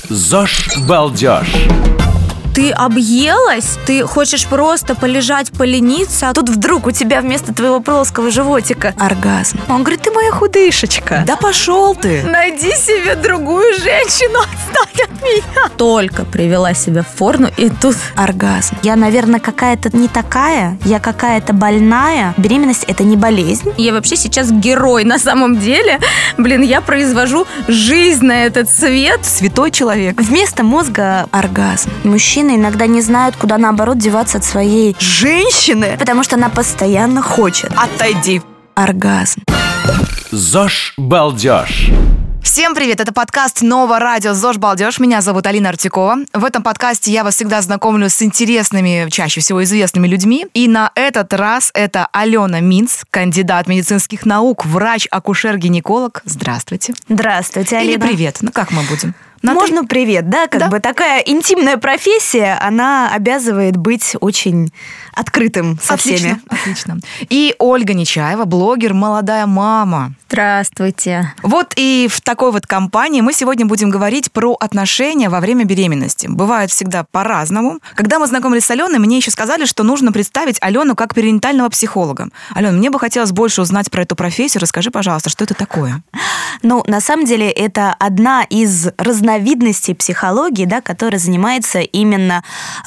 ЗОЖ Балдеж. Ты объелась, ты хочешь просто полежать, полениться, а тут вдруг у тебя вместо твоего плоского животика оргазм. Он говорит: ты моя худышечка. Да пошел ты! Найди себе другую женщину, отстань от меня. Только привела себя в форму, и тут оргазм. Я, наверное, какая-то не такая, я какая-то больная. Беременность – это не болезнь. Я вообще сейчас герой на самом деле. Я произвожу жизнь на этот свет. Святой человек. Вместо мозга оргазм. Мужчины иногда не знают, куда, наоборот, деваться от своей Женщины! потому что она постоянно хочет. Отойди! Оргазм. ЗОЖ Балдеж. Всем привет! Это подкаст «Нового радио ЗОЖ Балдеж». Меня зовут Алина Артикова. В этом подкасте я вас всегда знакомлю с интересными, чаще всего известными людьми. И на этот раз это Алена Минц, кандидат медицинских наук, врач-акушер-гинеколог. Здравствуйте. Здравствуйте, Алина. Или привет. Как мы будем? Можно привет, да? Да. Такая интимная профессия, она обязывает быть очень открытым со всеми. Отлично. И Ольга Нечаева, блогер «Молодая мама». Здравствуйте. Вот и в такой вот компании мы сегодня будем говорить про отношения во время беременности. Бывает всегда по-разному. Когда мы знакомились с Аленой, мне еще сказали, что нужно представить Алену как перинатального психолога. Алена, мне бы хотелось больше узнать про эту профессию. Расскажи, пожалуйста, что это такое? На самом деле, это одна из разновидностей психологии, да, которая занимается именно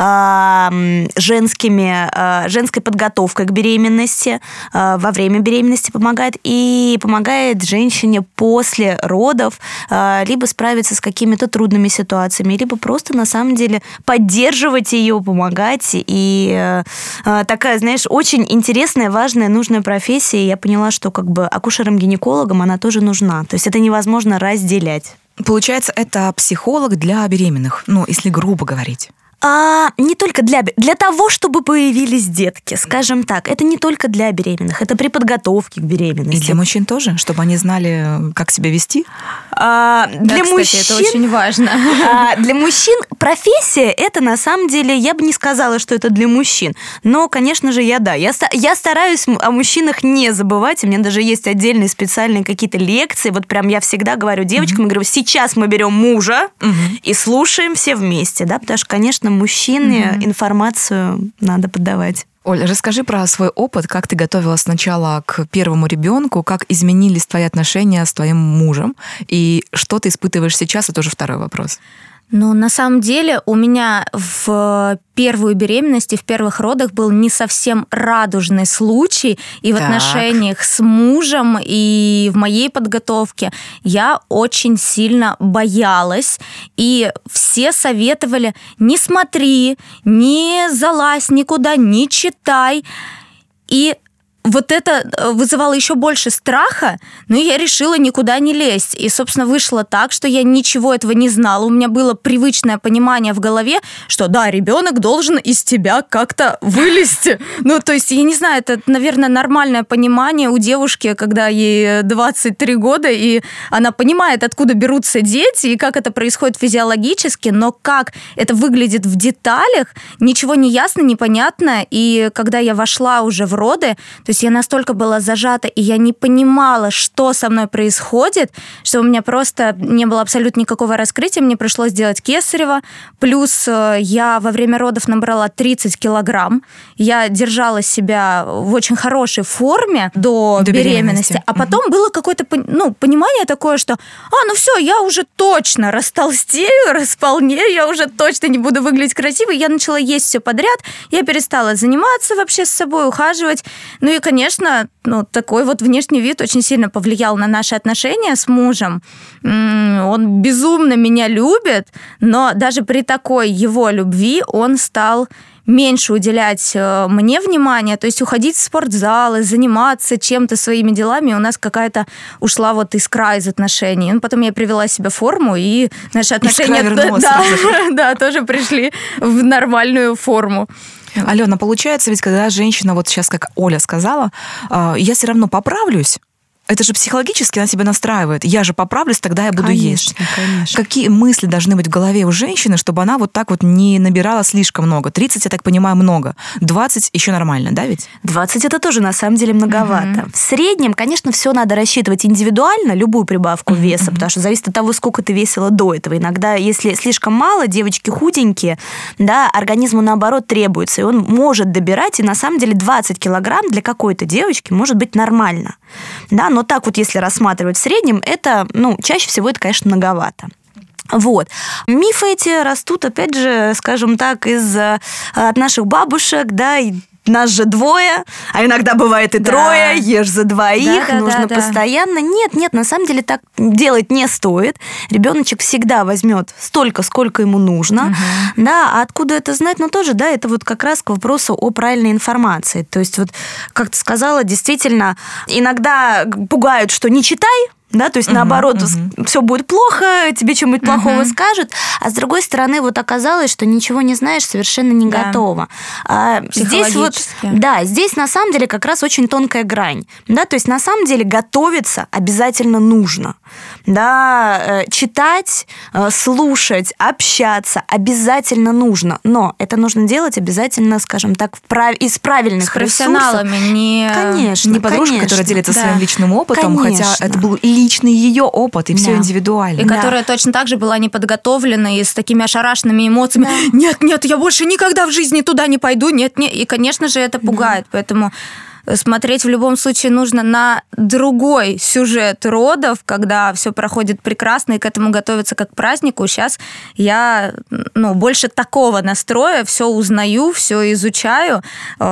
женской подготовкой к беременности, во время беременности помогает женщине после родов либо справиться с какими-то трудными ситуациями, либо просто, на самом деле, поддерживать ее, помогать. И такая, знаешь, очень интересная, важная, нужная профессия. И я поняла, что акушером-гинекологом она тоже нужна. То есть это невозможно разделять. Получается, это психолог для беременных, если грубо говорить. Не только для того, чтобы появились детки, скажем так. Это не только для беременных, это при подготовке к беременности. И для мужчин тоже, чтобы они знали, как себя вести? Для мужчин, кстати, это очень важно. Для мужчин профессия, это на самом деле, я бы не сказала, что это для мужчин. Но, конечно же, я стараюсь о мужчинах не забывать. У меня даже есть отдельные специальные какие-то лекции. Вот прям я всегда говорю девочкам, говорю: сейчас мы берем мужа и слушаем все вместе, да, потому что, конечно, мужчине информацию надо подавать. Оль, расскажи про свой опыт, как ты готовилась сначала к первому ребенку, как изменились твои отношения с твоим мужем, и что ты испытываешь сейчас, это уже второй вопрос. На самом деле у меня в первую беременность и в первых родах был не совсем радужный случай. И в отношениях с мужем, и в моей подготовке я очень сильно боялась. И все советовали: не смотри, не залазь никуда, не читай. И вот это вызывало еще больше страха, но я решила никуда не лезть. И, собственно, вышло так, что я ничего этого не знала. У меня было привычное понимание в голове, что да, ребенок должен из тебя как-то вылезти. То есть, я не знаю, это, наверное, нормальное понимание у девушки, когда ей 23 года, и она понимает, откуда берутся дети, и как это происходит физиологически, но как это выглядит в деталях, ничего не ясно, непонятно. И когда я вошла уже в роды, то есть я настолько была зажата, и я не понимала, что со мной происходит, что у меня просто не было абсолютно никакого раскрытия. Мне пришлось делать кесарево. Плюс я во время родов набрала 30 килограмм. Я держала себя в очень хорошей форме до беременности. А потом было какое-то понимание такое, что все, я уже точно растолстею, располнею, я уже точно не буду выглядеть красиво. Я начала есть все подряд. Я перестала заниматься вообще с собой, ухаживать. И, конечно, такой вот внешний вид очень сильно повлиял на наши отношения с мужем. Он безумно меня любит, но даже при такой его любви он стал меньше уделять мне внимания, то есть уходить в спортзалы, заниматься чем-то, своими делами. У нас какая-то ушла искра из отношений. Потом я привела себя в форму, и наши отношения тоже пришли в нормальную форму. Алена, получается, ведь когда женщина, вот сейчас, как Оля сказала, я все равно поправлюсь, это же психологически она себя настраивает. Я же поправлюсь, тогда я буду есть. Конечно. Какие мысли должны быть в голове у женщины, чтобы она вот так вот не набирала слишком много? 30, я так понимаю, много. 20 еще нормально, да ведь? 20 это тоже на самом деле многовато. В среднем, конечно, все надо рассчитывать индивидуально, любую прибавку веса, потому что зависит от того, сколько ты весила до этого. Иногда, если слишком мало, девочки худенькие, да, организму наоборот требуется, и он может добирать, и на самом деле 20 килограмм для какой-то девочки может быть нормально. Да, но так вот, если рассматривать в среднем, это, чаще всего это, конечно, многовато. Вот. Мифы эти растут, опять же, скажем так, от наших бабушек, да, и нас же двое, а иногда бывает и трое, ешь за двоих, нужно постоянно. Нет, на самом деле так делать не стоит. Ребеночек всегда возьмет столько, сколько ему нужно. Да, а откуда это знать? Тоже, да, это вот как раз к вопросу о правильной информации. То есть вот, как ты сказала, действительно, иногда пугают, что не читай, да, то есть наоборот, все будет плохо, тебе что-нибудь плохого скажут, а с другой стороны вот оказалось, что ничего не знаешь, совершенно не готова. Здесь вот, да, здесь на самом деле как раз очень тонкая грань, да, то есть на самом деле готовиться обязательно нужно, да, читать, слушать, общаться обязательно нужно, но это нужно делать обязательно, скажем так, из правильных с профессионалами, не подружка, которая делится своим личным опытом, хотя это был личный ее опыт, и все индивидуально. И которая точно так же была не подготовлена и с такими ошарашенными эмоциями. Нет, я больше никогда в жизни туда не пойду. Нет. И, конечно же, это пугает. Поэтому смотреть в любом случае нужно на другой сюжет родов, когда все проходит прекрасно, и к этому готовиться как к празднику. Сейчас я больше такого настроя, все узнаю, все изучаю.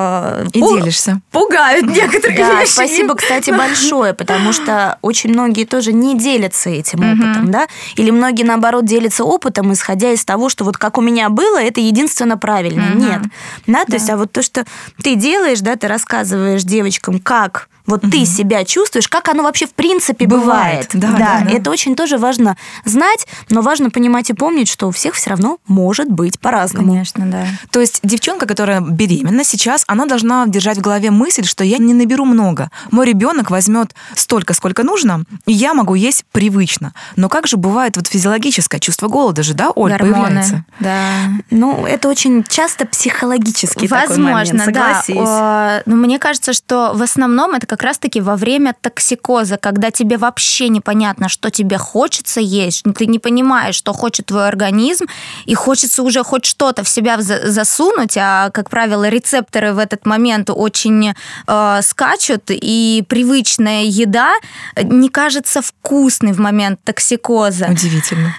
И делишься. Пугают некоторые вещи. Спасибо, кстати, большое, потому что очень многие тоже не делятся этим опытом, да, или многие, наоборот, делятся опытом, исходя из того, что вот как у меня было, это единственно правильно. Нет. Да, то есть, а вот то, что ты делаешь, да, ты рассказываешь девочкам, как вот ты себя чувствуешь, как оно вообще в принципе бывает. Да. Это очень тоже важно знать, но важно понимать и помнить, что у всех все равно может быть по-разному. Конечно, да. То есть девчонка, которая беременна сейчас, она должна держать в голове мысль, что я не наберу много. Мой ребенок возьмет столько, сколько нужно, и я могу есть привычно. Но как же бывает вот физиологическое чувство голода же, да, Оль, появляется? Да. Это очень часто психологический такой момент, согласись. Да. Но мне кажется, что в основном это как раз-таки во время токсикоза, когда тебе вообще непонятно, что тебе хочется есть, ты не понимаешь, что хочет твой организм, и хочется уже хоть что-то в себя засунуть, а, как правило, рецепторы в этот момент очень скачут, и привычная еда не кажется вкусной в момент токсикоза. Удивительно.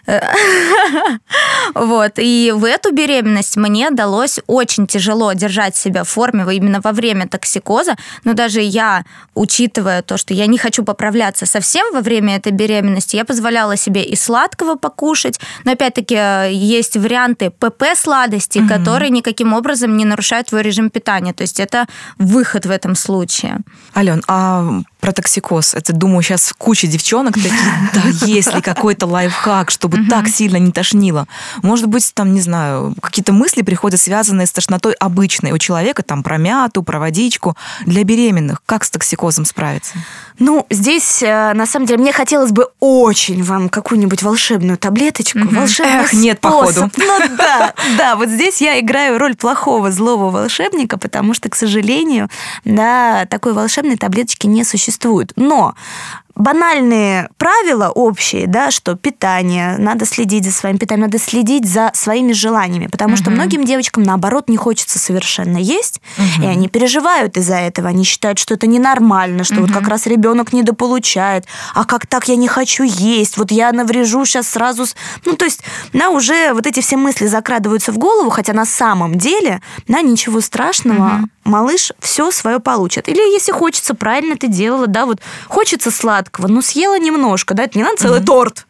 Вот. И в эту беременность мне далось очень тяжело держать себя в форме именно во время токсикоза, но даже я, учитывая то, что я не хочу поправляться совсем во время этой беременности, я позволяла себе и сладкого покушать, но опять-таки есть варианты ПП-сладостей, которые никаким образом не нарушают твой режим питания, то есть это выход в этом случае. Ален, а про токсикоз, это, думаю, сейчас куча девчонок такие, да, есть ли какой-то лайфхак, чтобы так сильно не тошнило? Может быть, там, не знаю, какие-то мысли приходят, связанные с тошнотой обычной у человека, там, про мяту, про водичку. Для беременных как с токсикозом справиться? Здесь, на самом деле, мне хотелось бы очень вам какую-нибудь волшебную таблеточку, волшебный способ. Нет, походу. Да, вот здесь я играю роль плохого, злого волшебника, потому что, к сожалению, да, такой волшебной таблеточки не существует. Но банальные правила общие, да, что питание, надо следить за своим питанием, надо следить за своими желаниями, потому что многим девочкам, наоборот, не хочется совершенно есть, и они переживают из-за этого, они считают, что это ненормально, что вот как раз ребенок недополучает, а как так я не хочу есть, вот я наврежу сейчас сразу... то есть, уже вот эти все мысли закрадываются в голову, хотя на самом деле, ничего страшного, малыш все свое получит. Или если хочется, правильно ты делала, да, вот хочется сладкого, съела немножко, да, это не надо целый торт,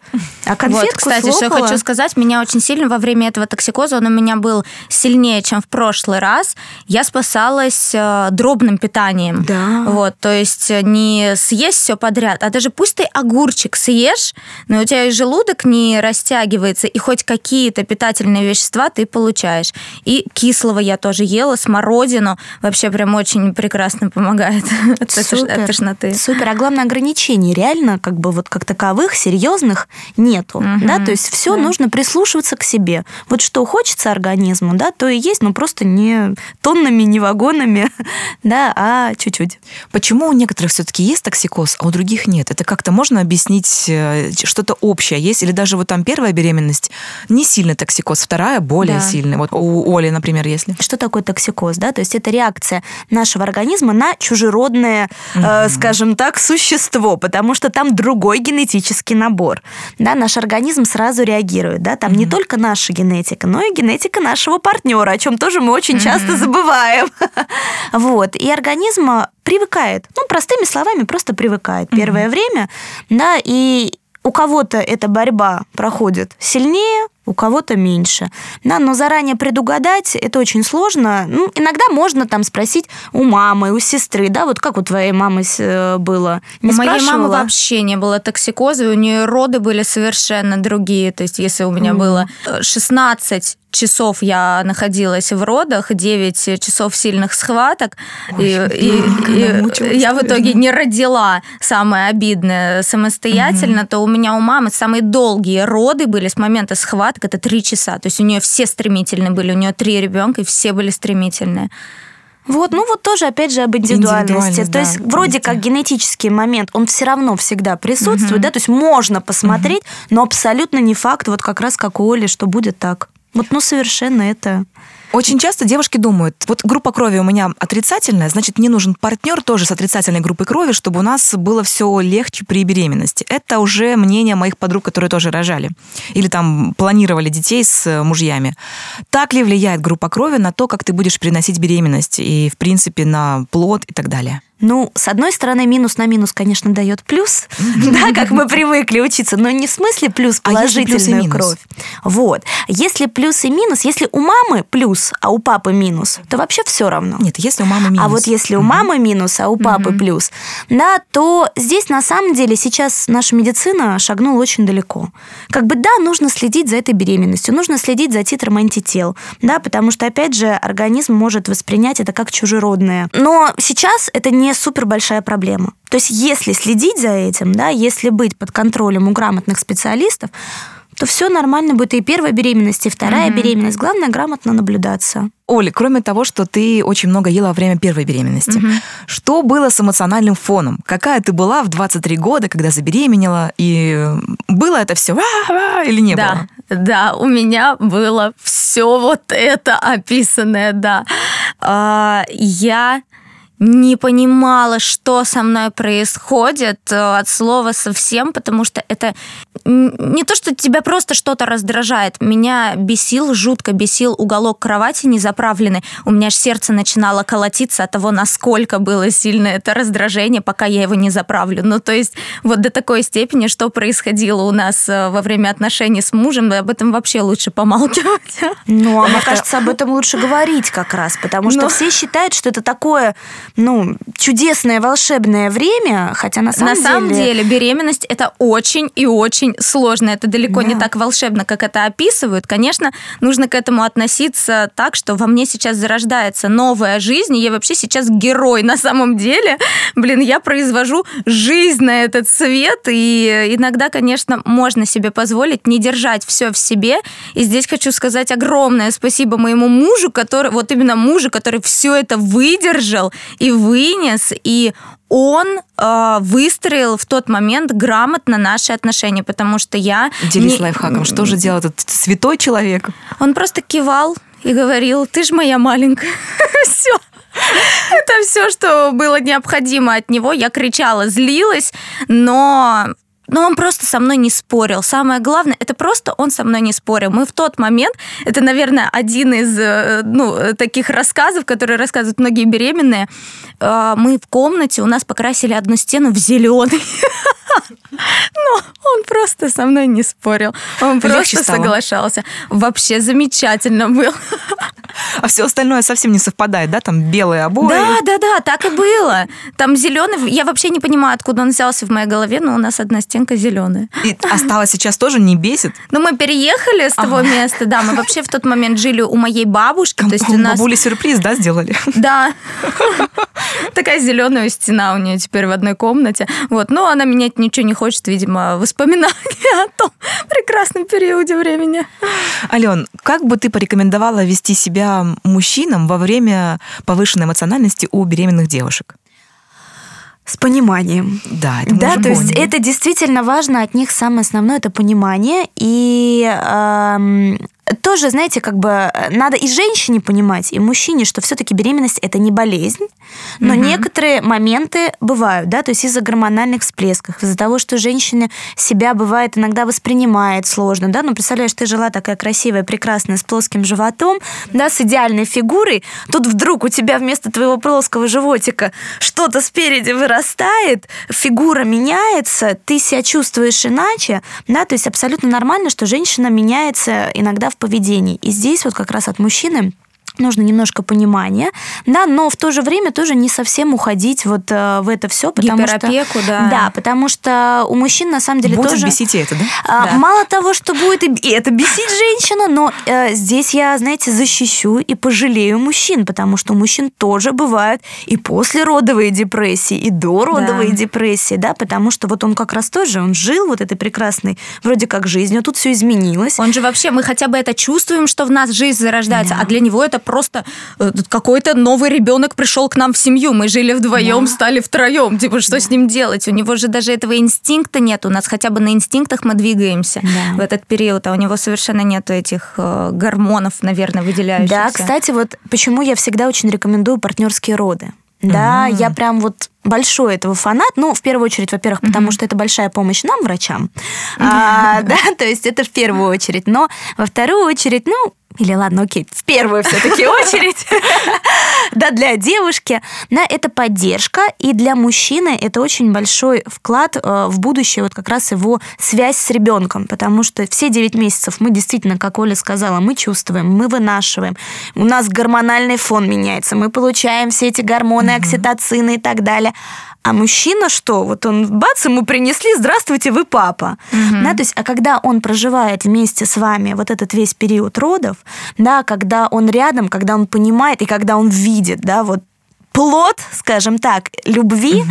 А конфетку Вот, кстати, что я слопала? хочу сказать, меня очень сильно во время этого токсикоза, он у меня был сильнее, чем в прошлый раз, я спасалась дробным питанием. Да. Вот, то есть не съесть все подряд, а даже пусть ты огурчик съешь, но у тебя и желудок не растягивается, и хоть какие-то питательные вещества ты получаешь. И кислого я тоже ела, смородину, вообще прям очень прекрасно помогает от тошноты. Супер. А главное, ограничений реально как бы вот как таковых, серьезных нету. Да? То есть все нужно прислушиваться к себе. Вот что хочется организму, да, то и есть, но просто не тоннами, не вагонами, да, а чуть-чуть. Почему у некоторых все-таки есть токсикоз, а у других нет? Это как-то можно объяснить, что-то общее есть? Или даже вот там первая беременность не сильный токсикоз, вторая более сильный? Вот у Оли, например, если. Что такое токсикоз? Да? То есть это реакция нашего организма на чужеродное, скажем так, существо, потому что там другой генетический набор. Да? Наш организм сразу реагирует. Да? Там не только наша генетика, но и генетика нашего партнера, о чем тоже мы очень часто забываем. Вот. И организм привыкает. Ну, простыми словами, просто привыкает первое время. Да? И у кого-то эта борьба проходит сильнее, у кого-то меньше. Да, но заранее предугадать это очень сложно. Ну, иногда можно там спросить у мамы, у сестры, да, вот как у твоей мамы было? Не У моей спрашивала? мамы вообще не было токсикоза, у нее роды были совершенно другие. То есть если у меня было 16 часов я находилась в родах, 9 часов сильных схваток, и я в итоге не родила, самое обидное, самостоятельно, то у меня у мамы самые долгие роды были с момента схваток, это 3 часа. То есть у нее все стремительные были, у нее 3 ребенка, и все были стремительные. Вот, ну вот тоже, опять же, об индивидуальности. То есть вроде как генетический момент, он все равно всегда присутствует, да, то есть можно посмотреть, но абсолютно не факт, вот как раз как у Оли, что будет так. Вот, ну, совершенно это... Очень часто девушки думают, вот группа крови у меня отрицательная, значит, мне нужен партнер тоже с отрицательной группой крови, чтобы у нас было все легче при беременности. Это уже мнение моих подруг, которые тоже рожали. Или там планировали детей с мужьями. Так ли влияет группа крови на то, как ты будешь переносить беременность и, в принципе, на плод и так далее? Ну, с одной стороны, минус на минус, конечно, дает плюс, да, как мы привыкли учиться, но не в смысле плюс положительную кровь. Вот. Если плюс и минус, если у мамы плюс, а у папы минус, то вообще все равно. Нет, если у мамы минус. А вот если у мамы минус, а у папы плюс, да, то здесь на самом деле сейчас наша медицина шагнула очень далеко. Как бы да, нужно следить за этой беременностью, нужно следить за титром антител, да, потому что, опять же, организм может воспринять это как чужеродное. Но сейчас это не супер большая проблема. То есть если следить за этим, да, если быть под контролем у грамотных специалистов, то все нормально будет. И первая беременность, и вторая беременность. Главное грамотно наблюдаться. Оля, кроме того, что ты очень много ела во время первой беременности, что было с эмоциональным фоном? Какая ты была в 23 года, когда забеременела? И было это все или не было? Да, у меня было все вот это описанное, да. Я не понимала, что со мной происходит от слова совсем, потому что это не то, что тебя просто что-то раздражает. Меня жутко бесил уголок кровати незаправленный. У меня аж сердце начинало колотиться от того, насколько было сильное это раздражение, пока я его не заправлю. Ну, то есть вот до такой степени, что происходило у нас во время отношений с мужем, об этом вообще лучше помалкивать. Ну, а мне кажется, об этом лучше говорить как раз, потому что все считают, что это такое... чудесное, волшебное время, хотя на самом деле беременность – это очень и очень сложно. Это далеко не так волшебно, как это описывают. Конечно, нужно к этому относиться так, что во мне сейчас зарождается новая жизнь, и я вообще сейчас герой на самом деле. Я произвожу жизнь на этот свет, и иногда, конечно, можно себе позволить не держать все в себе. И здесь хочу сказать огромное спасибо моему мужу, который все это выдержал и вынес, и он выстроил в тот момент грамотно наши отношения, потому что я... Делись лайфхаком. Что же делал этот святой человек? Он просто кивал и говорил: ты ж моя маленькая. Все. Это все, что было необходимо от него. Я кричала, злилась, но он просто со мной не спорил. Самое главное, это просто он со мной не спорил. Мы в тот момент, это, наверное, один из таких рассказов, которые рассказывают многие беременные, мы в комнате, у нас покрасили одну стену в зеленый. Но он просто со мной не спорил. Он Легче просто стало. соглашался. Вообще замечательно был. А все остальное совсем не совпадает, да? Там белые обои. Да, так и было. Там зеленый. Я вообще не понимаю, откуда он взялся в моей голове, но у нас одна стенка зеленая. И осталось сейчас тоже не бесит. Но мы переехали с того места, да, мы вообще в тот момент жили у моей бабушки, то есть у нас... Бабуле сюрприз, да, сделали? Да. Такая зеленая стена у нее теперь в одной комнате. Вот. Но она менять ничего не хочет, видимо, воспоминания о том прекрасном периоде времени. Ален, как бы ты порекомендовала вести себя мужчинам во время повышенной эмоциональности у беременных девушек? С пониманием. Да, это мы Да, уже то есть поняли. это действительно важно, от них самое основное это понимание. И тоже, знаете, как бы надо и женщине понимать, и мужчине, что все-таки беременность это не болезнь, но некоторые моменты бывают, да, то есть из-за гормональных всплесков, из-за того, что женщина себя бывает иногда воспринимает сложно, да, ну представляешь, ты жила такая красивая, прекрасная, с плоским животом, да, с идеальной фигурой, тут вдруг у тебя вместо твоего плоского животика что-то спереди вырастает, фигура меняется, ты себя чувствуешь иначе, да, то есть абсолютно нормально, что женщина меняется иногда в поведении. И здесь вот как раз от мужчины нужно немножко понимания, да, но в то же время тоже не совсем уходить вот в это все, потому Гиперопеку, что... да. Да, потому что у мужчин на самом деле Будет тоже... бесить и это, да? Да. Мало того, что будет и это бесить женщину, но здесь я, знаете, защищу и пожалею мужчин, потому что у мужчин тоже бывают и послеродовые депрессии, и дородовые депрессии, да, потому что вот он как раз тоже, он жил вот этой прекрасной вроде как жизнью, тут все изменилось. Он же вообще, мы хотя бы это чувствуем, что в нас жизнь зарождается, а для него это просто какой-то новый ребенок пришел к нам в семью, мы жили вдвоем, стали втроем, типа что с ним делать? У него же даже этого инстинкта нет, у нас хотя бы на инстинктах мы двигаемся в этот период, а у него совершенно нету этих гормонов, наверное, выделяющихся. Да, кстати, вот почему я всегда очень рекомендую партнерские роды. Да, я прям вот большой этого фанат. Ну, в первую очередь, во-первых, потому что это большая помощь нам, врачам. Да, то есть это в первую очередь. Но во вторую очередь, ну, или ладно, окей, в первую все-таки очередь, да, для девушки, да, это поддержка, и для мужчины это очень большой вклад в будущее, вот как раз его связь с ребенком, потому что все 9 месяцев мы действительно, как Оля сказала, мы чувствуем, мы вынашиваем, у нас гормональный фон меняется, мы получаем все эти гормоны, окситоцины и так далее. А мужчина что? Вот он, бац, ему принесли, здравствуйте, вы папа. Да, то есть, а когда он проживает вместе с вами вот этот весь период родов, да, когда он рядом, когда он понимает и когда он видит, да, вот плод, скажем так, любви,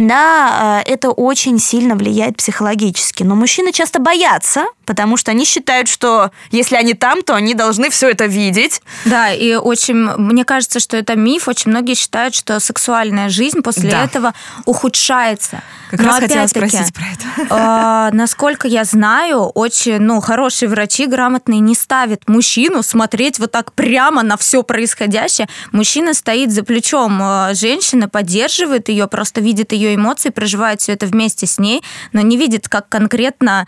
да, это очень сильно влияет психологически. Но мужчины часто боятся, потому что они считают, что если они там, то они должны все это видеть. Да, и очень, мне кажется, что это миф. Очень многие считают, что сексуальная жизнь после этого ухудшается. Как Но раз хотела опять-таки, спросить про это. насколько я знаю, очень хорошие врачи, грамотные, не ставят мужчину смотреть вот так прямо на все происходящее. Мужчина стоит за плечом женщины, поддерживает ее, просто видит ее эмоции, проживает все это вместе с ней, но не видит, как конкретно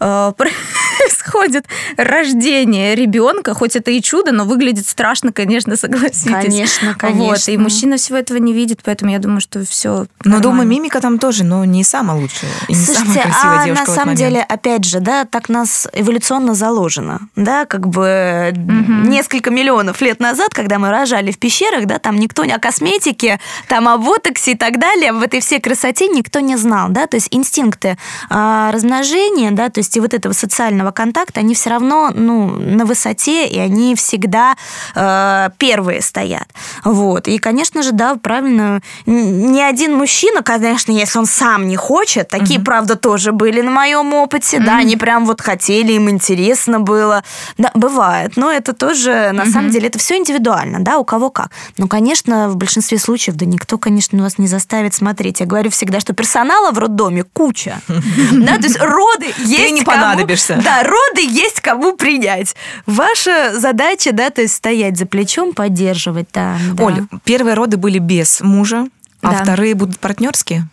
происходит рождение ребенка, хоть это и чудо, но выглядит страшно, конечно, согласитесь. Конечно. Вот, и мужчина всего этого не видит, поэтому я думаю, что все. Но, думаю, мимика там тоже, но не самая лучшая. И не Слушайте, самая красивая девушка на в этот самом момент. деле, опять же, да, так нас эволюционно заложено, да, как бы несколько миллионов лет назад, когда мы рожали в пещерах, да, там никто о косметике, там о ботоксе и так далее, в этой всей красоте никто не знал, да, то есть инстинкты размножения, да, то есть и вот этого социального контакта, они все равно, ну, на высоте, и они всегда первые стоят, вот, и, конечно же, да, правильно, ни один мужчина, конечно, если он сам не хочет, такие, правда, тоже были на моем опыте, да, они прям вот хотели, им интересно было, да, бывает, но это тоже, на самом деле, это все индивидуально, да, у кого как, но, конечно, в большинстве случаев, да никто, конечно, вас не заставит смотреть, я говорю всегда, что персонала в роддоме куча, да, то есть роды есть Ты не понадобишься. Да, роды есть кому принять. Ваша задача, да, то есть стоять за плечом, поддерживать, да. Оль, первые роды были без мужа, а Да. вторые будут партнерские?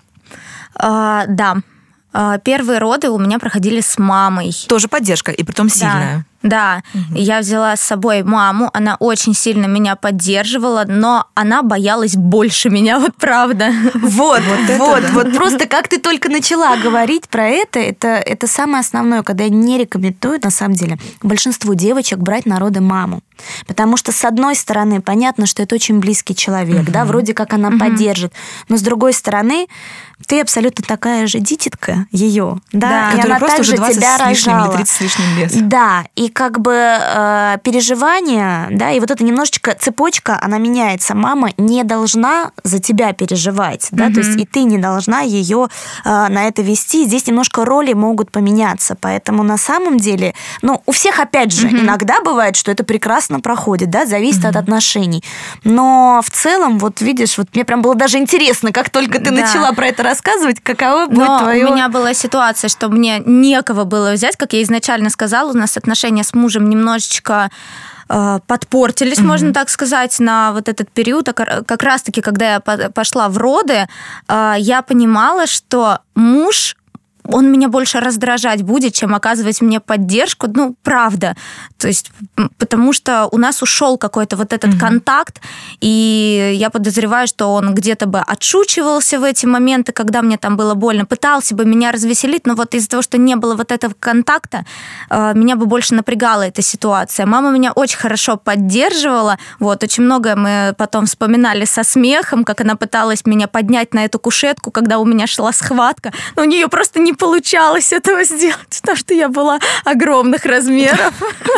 Да. Первые роды у меня проходили с мамой. Тоже поддержка, и притом сильная. Да, я взяла с собой маму, она очень сильно меня поддерживала, но она боялась больше меня, вот правда. Вот, просто как ты только начала говорить про это самое основное, когда я не рекомендую, на самом деле, большинству девочек брать на роды маму. Потому что, с одной стороны, понятно, что это очень близкий человек, да, вроде как она поддержит, но с другой стороны, ты абсолютно такая же дитятка ее, да, и она также тебя рожала. 30 с лишним лет. Да, и как бы переживания, да, и вот эта немножечко цепочка, она меняется. Мама не должна за тебя переживать, да, то есть и ты не должна ее на это вести. Здесь немножко роли могут поменяться, поэтому на самом деле, ну, у всех, опять же, иногда бывает, что это прекрасно проходит, да, зависит от отношений. Но в целом, вот видишь, вот мне прям было даже интересно, как только ты начала про это рассказывать, каково будет твое... у меня была ситуация, что мне некого было взять, как я изначально сказала, у нас отношения с мужем немножечко подпортились, можно так сказать, на вот этот период. Как раз-таки, когда я пошла в роды, я понимала, что муж... он меня больше раздражать будет, чем оказывать мне поддержку. Ну, правда. То есть, потому что у нас ушел какой-то вот этот контакт, и я подозреваю, что он где-то бы отшучивался в эти моменты, когда мне там было больно, пытался бы меня развеселить, но вот из-за того, что не было вот этого контакта, меня бы больше напрягала эта ситуация. Мама меня очень хорошо поддерживала, вот, очень много мы потом вспоминали со смехом, как она пыталась меня поднять на эту кушетку, когда у меня шла схватка, но у нее просто не получалось этого сделать, потому что я была огромных размеров.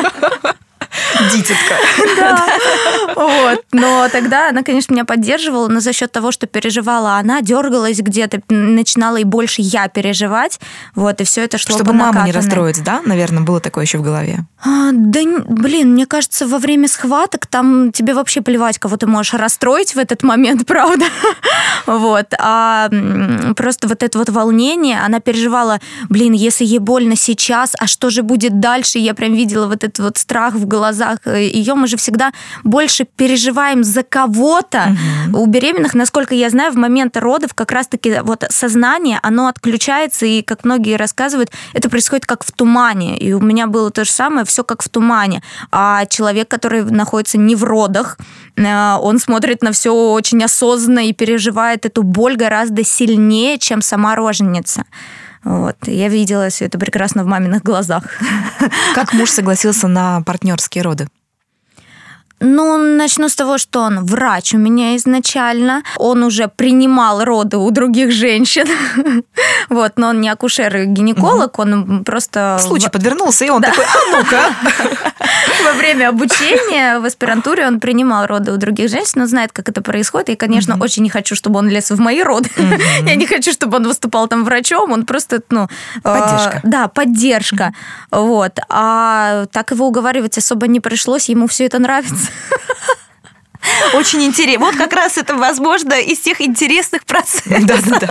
Дитятка. Да. Вот. Но тогда она, конечно, меня поддерживала, но за счет того, что переживала она, дергалась где-то, начинала и больше я переживать. Вот, и все это шло чтобы маму не расстроить, да? Наверное, было такое еще в голове. Да, блин, мне кажется, во время схваток там тебе вообще плевать, кого ты можешь расстроить в этот момент, правда? Вот. А просто вот это вот волнение, она переживала, блин, если ей больно сейчас, а что же будет дальше? Я прям видела вот этот вот страх в глазах ее. Мы же всегда больше переживаем за кого-то. У беременных, насколько я знаю, в момент родов как раз-таки вот сознание, оно отключается, и, как многие рассказывают, это происходит как в тумане. И у меня было то же самое, все как в тумане. А человек, который находится не в родах, он смотрит на все очень осознанно и переживает эту боль гораздо сильнее, чем сама роженица. Вот. Я видела все это прекрасно в маминых глазах. Как муж согласился на партнерские роды? Ну, начну с того, что он врач у меня изначально. Он уже принимал роды у других женщин. Вот, но он не акушер и гинеколог, он просто... Случай подвернулся, и он такой, а ну-ка. Во время обучения в аспирантуре он принимал роды у других женщин, он знает, как это происходит. И, конечно, очень не хочу, чтобы он лез в мои роды. Я не хочу, чтобы он выступал там врачом. Он просто, ну... Поддержка. Да, поддержка. Вот. А так его уговаривать особо не пришлось, ему все это нравится. Очень интересно. Вот как раз это, возможно, из тех интересных процессов.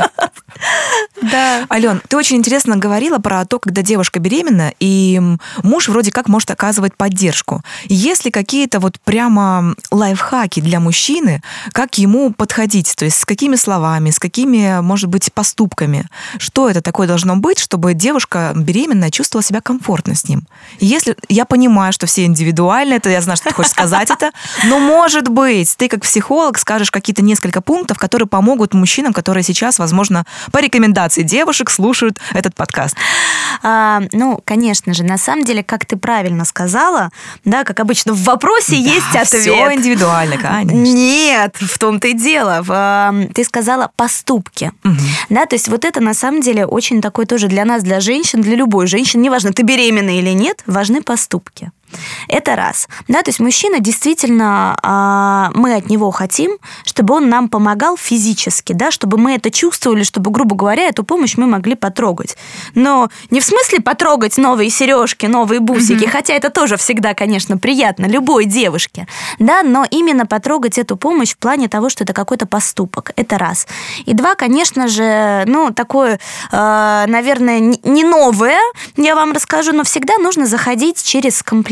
Да. Ален, ты очень интересно говорила про то, когда девушка беременна, и муж вроде как может оказывать поддержку. Есть ли какие-то вот прямо лайфхаки для мужчины, как ему подходить? То есть с какими словами, с какими, может быть, поступками? Что это такое должно быть, чтобы девушка беременная чувствовала себя комфортно с ним? Если я понимаю, что все индивидуально, это я знаю, что ты хочешь сказать это, но, может быть, ты как психолог скажешь какие-то несколько пунктов, которые помогут мужчинам, которые сейчас, возможно, по рекомендации девушек слушают этот подкаст. Ну, конечно же, на самом деле, как ты правильно сказала, да, как обычно в вопросе есть ответ. Все индивидуально, конечно. Нет, в том-то и дело. Ты сказала поступки. Да, то есть вот это на самом деле очень такой тоже для нас, для женщин, для любой женщины, неважно, ты беременна или нет, важны поступки. Это раз. Да, то есть мужчина действительно, мы от него хотим, чтобы он нам помогал физически, да, чтобы мы это чувствовали, чтобы, грубо говоря, эту помощь мы могли потрогать. Но не в смысле потрогать новые сережки, новые бусики, хотя это тоже всегда, конечно, приятно любой девушке, да, но именно потрогать эту помощь в плане того, что это какой-то поступок. Это раз. И два, конечно же, ну, такое, наверное, не новое, я вам расскажу, но всегда нужно заходить через комплименты.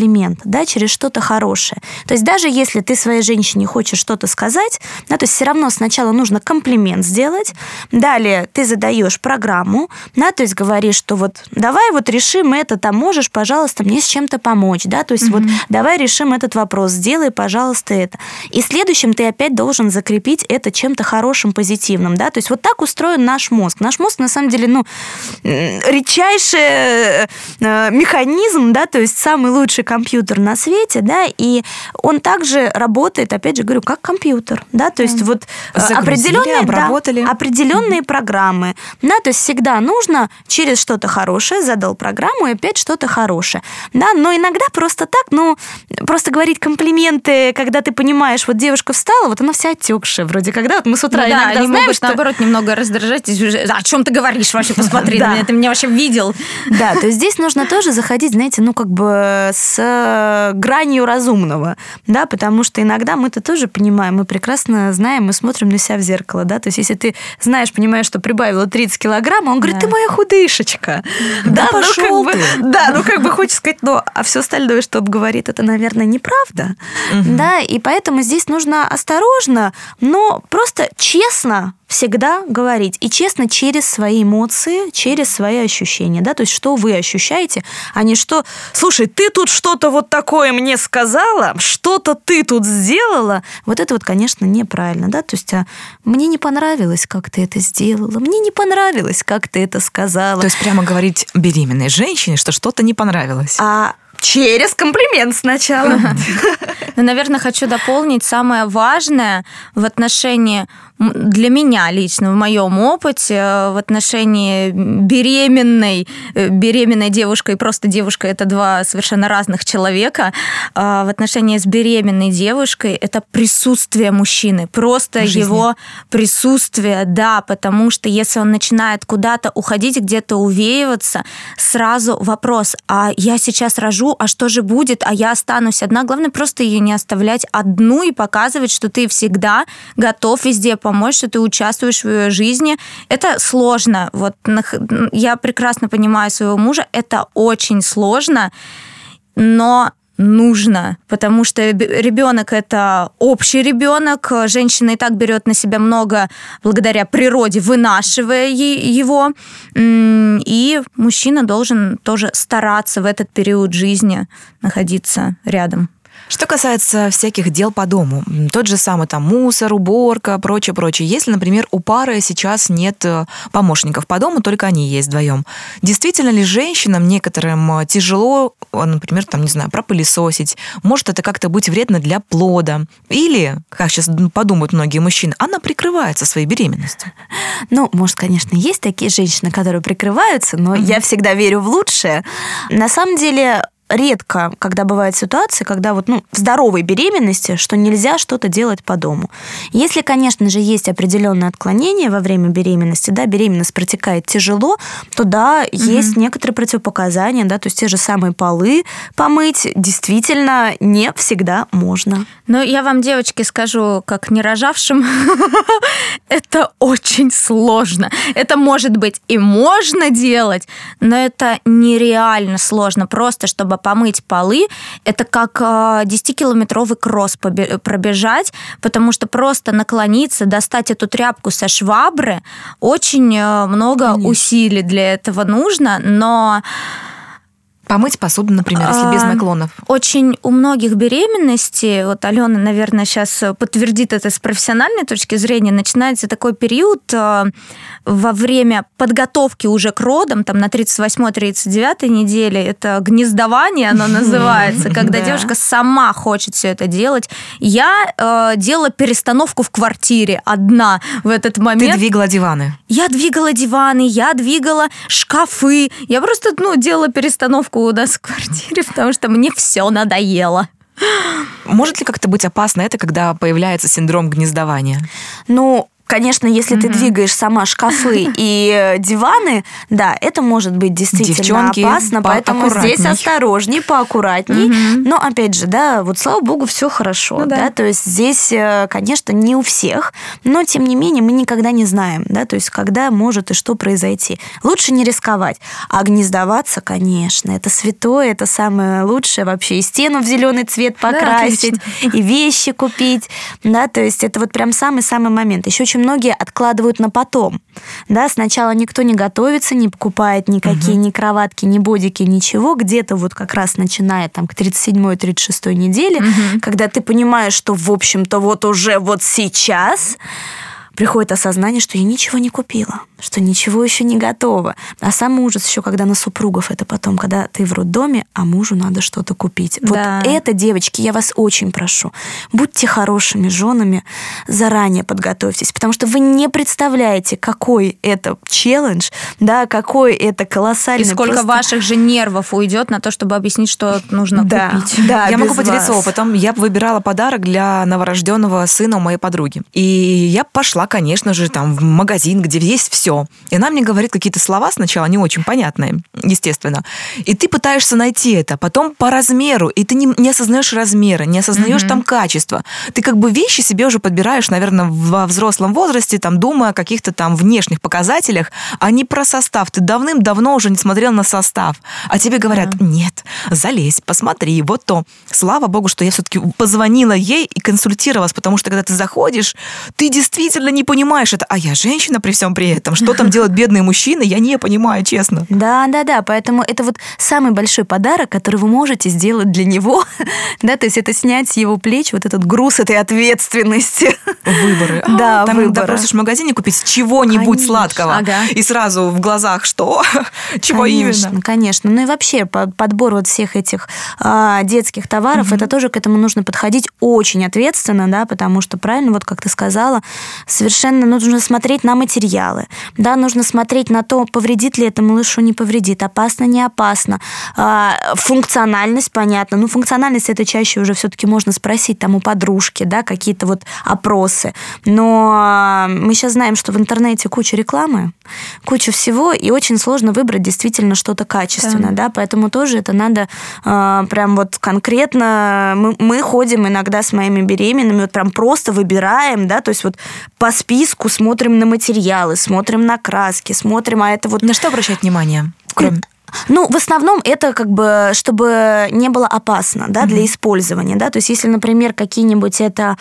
комплимент, да, через что-то хорошее. То есть даже если ты своей женщине хочешь что-то сказать, да, то есть все равно сначала нужно комплимент сделать, далее ты задаешь программу, да, то есть говоришь, что вот давай вот решим это, там можешь, пожалуйста, мне с чем-то помочь, да, то есть вот давай решим этот вопрос, сделай, пожалуйста, это. И следующим ты опять должен закрепить это чем-то хорошим, позитивным, да, то есть вот так устроен наш мозг. Наш мозг, на самом деле, редчайший механизм, да, то есть самый лучший компьютер на свете, да, и он также работает, опять же говорю, как компьютер, да, то есть вот определенные программы, да, то есть всегда нужно через что-то хорошее, задал программу и опять что-то хорошее, да, но иногда просто так, просто говорить комплименты, когда ты понимаешь, вот девушка встала, вот она вся отекшая, вроде когда вот мы с утра иногда они знаем, могут, что... наоборот, немного раздражать, о чем ты говоришь вообще, посмотри на меня, ты меня вообще видел. Да, то есть здесь нужно тоже заходить, знаете, с гранью разумного, да, потому что иногда мы-то тоже понимаем, мы прекрасно знаем, мы смотрим на себя в зеркало, да, то есть если ты знаешь, понимаешь, что прибавила 30 килограмм, он говорит, ты моя худышечка. Да, пошел ты. Да, хочешь сказать, а все остальное, что говорит, это, наверное, неправда, да, и поэтому здесь нужно осторожно, но просто честно всегда говорить. И честно через свои эмоции, через свои ощущения. Да? То есть, что вы ощущаете, а не что, слушай, ты тут что-то вот такое мне сказала, что-то ты тут сделала. Вот это вот, конечно, неправильно. Да? То есть, мне не понравилось, как ты это сделала, мне не понравилось, как ты это сказала. То есть, прямо говорить беременной женщине, что что-то не понравилось. Через комплимент сначала. Наверное, хочу дополнить самое важное в отношении, для меня лично, в моем опыте, в отношении беременной девушкой и просто девушкой, это два совершенно разных человека. В отношении с беременной девушкой это присутствие мужчины, просто его присутствие, да, потому что если он начинает куда-то уходить, где-то увеиваться, сразу вопрос, а я сейчас рожу, а что же будет, а я останусь одна. Главное, просто ее не оставлять одну и показывать, что ты всегда готов везде помочь, что ты участвуешь в ее жизни. Это сложно. Вот я прекрасно понимаю своего мужа, это очень сложно, но нужно, потому что ребенок это общий ребенок, женщина и так берет на себя много благодаря природе, вынашивая его, и мужчина должен тоже стараться в этот период жизни находиться рядом. Что касается всяких дел по дому, тот же самый там мусор, уборка, прочее. Если, например, у пары сейчас нет помощников по дому, только они есть вдвоем, действительно ли женщинам некоторым тяжело, например, там, не знаю, пропылесосить? Может это как-то быть вредно для плода? Или, как сейчас подумают многие мужчины, она прикрывается своей беременностью? Может, конечно, есть такие женщины, которые прикрываются, но я всегда верю в лучшее. На самом деле, редко, когда бывают ситуации, когда в здоровой беременности, что нельзя что-то делать по дому. Если, конечно же, есть определенные отклонения во время беременности, да, беременность протекает тяжело, то да, есть некоторые противопоказания, да, то есть те же самые полы помыть действительно не всегда можно. Но я вам, девочки, скажу, как не рожавшим, это очень сложно. Это, может быть, и можно делать, но это нереально сложно. Просто, чтобы помыть полы, это как 10-километровый кросс пробежать, потому что просто наклониться, достать эту тряпку со швабры, очень много усилий для этого нужно, но... Помыть посуду, например, если без наклонов. Очень у многих беременностей, вот Алена, наверное, сейчас подтвердит это с профессиональной точки зрения, начинается такой период во время подготовки уже к родам, там на 38-39 неделе, это гнездование, оно называется, когда девушка сама хочет все это делать. Я делала перестановку в квартире одна в этот момент. Ты двигала диваны? Я двигала диваны, я двигала шкафы, я просто делала перестановку у нас в квартире, потому что мне все надоело. Может ли как-то быть опасно это, когда появляется синдром гнездования? конечно, если ты двигаешь сама шкафы и диваны, да, это может быть действительно Девчонки, опасно, поэтому здесь осторожней, поаккуратней. Но, опять же, да, вот слава богу, все хорошо, да, то есть здесь, конечно, не у всех, но, тем не менее, мы никогда не знаем, да, то есть когда может и что произойти. Лучше не рисковать, а гнездоваться, конечно, это святое, это самое лучшее вообще, и стену в зеленый цвет покрасить, и вещи купить, да, то есть это вот прям самый-самый момент. Еще очень многие откладывают на потом, да, сначала никто не готовится, не покупает никакие ни кроватки, ни бодики, ничего, где-то вот как раз начиная там к 37-36 неделе, когда ты понимаешь, что, в общем-то, вот уже вот сейчас приходит осознание, что я ничего не купила, что ничего еще не готово. А самый ужас еще, когда на супругов это потом, когда ты в роддоме, а мужу надо что-то купить. Вот это, девочки, я вас очень прошу, будьте хорошими женами, заранее подготовьтесь, потому что вы не представляете, какой это челлендж, да, какой это колоссальный... И сколько ваших же нервов уйдет на то, чтобы объяснить, что нужно купить. Да, я могу поделиться опытом. Я выбирала подарок для новорожденного сына у моей подруги. И я пошла, конечно же, там в магазин, где есть все. И она мне говорит какие-то слова сначала не очень понятные, естественно. И ты пытаешься найти это, потом по размеру, и ты не осознаешь размера, не осознаешь там качество. Ты как бы вещи себе уже подбираешь, наверное, во взрослом возрасте, там, думая о каких-то там внешних показателях, а не про состав. Ты давным-давно уже не смотрел на состав. А тебе говорят, нет, залезь, посмотри, вот то. Слава богу, что я все-таки позвонила ей и консультировалась, потому что когда ты заходишь, ты действительно не понимаешь это. А я женщина при всем при этом. Что там делают бедные мужчины, я не понимаю, честно. Да, поэтому это вот самый большой подарок, который вы можете сделать для него, да, то есть это снять с его плеч вот этот груз этой ответственности. Выборы. Да, там, выборы. Когда просишь в магазине купить чего-нибудь сладкого, и сразу в глазах что? Чего именно? Конечно. Ну и вообще подбор вот всех этих детских товаров, это тоже к этому нужно подходить очень ответственно, да, потому что, правильно, вот как ты сказала, совершенно нужно смотреть на материалы, да, нужно смотреть на то, повредит ли это малышу, не повредит, опасно, не опасно. Функциональность, понятно. Ну, функциональность это чаще уже все-таки можно спросить там у подружки, да, какие-то вот опросы. Но мы сейчас знаем, что в интернете куча рекламы, куча всего, и очень сложно выбрать действительно что-то качественное, да, поэтому тоже это надо прям вот конкретно. Мы ходим иногда с моими беременными, вот прям просто выбираем, да, то есть вот по списку смотрим на материалы, смотрим на краски, смотрим, а это вот... На что обращать внимание, кроме... Ну, в основном это как бы, чтобы не было опасно, да, для использования, да, то есть если, например, какие-нибудь это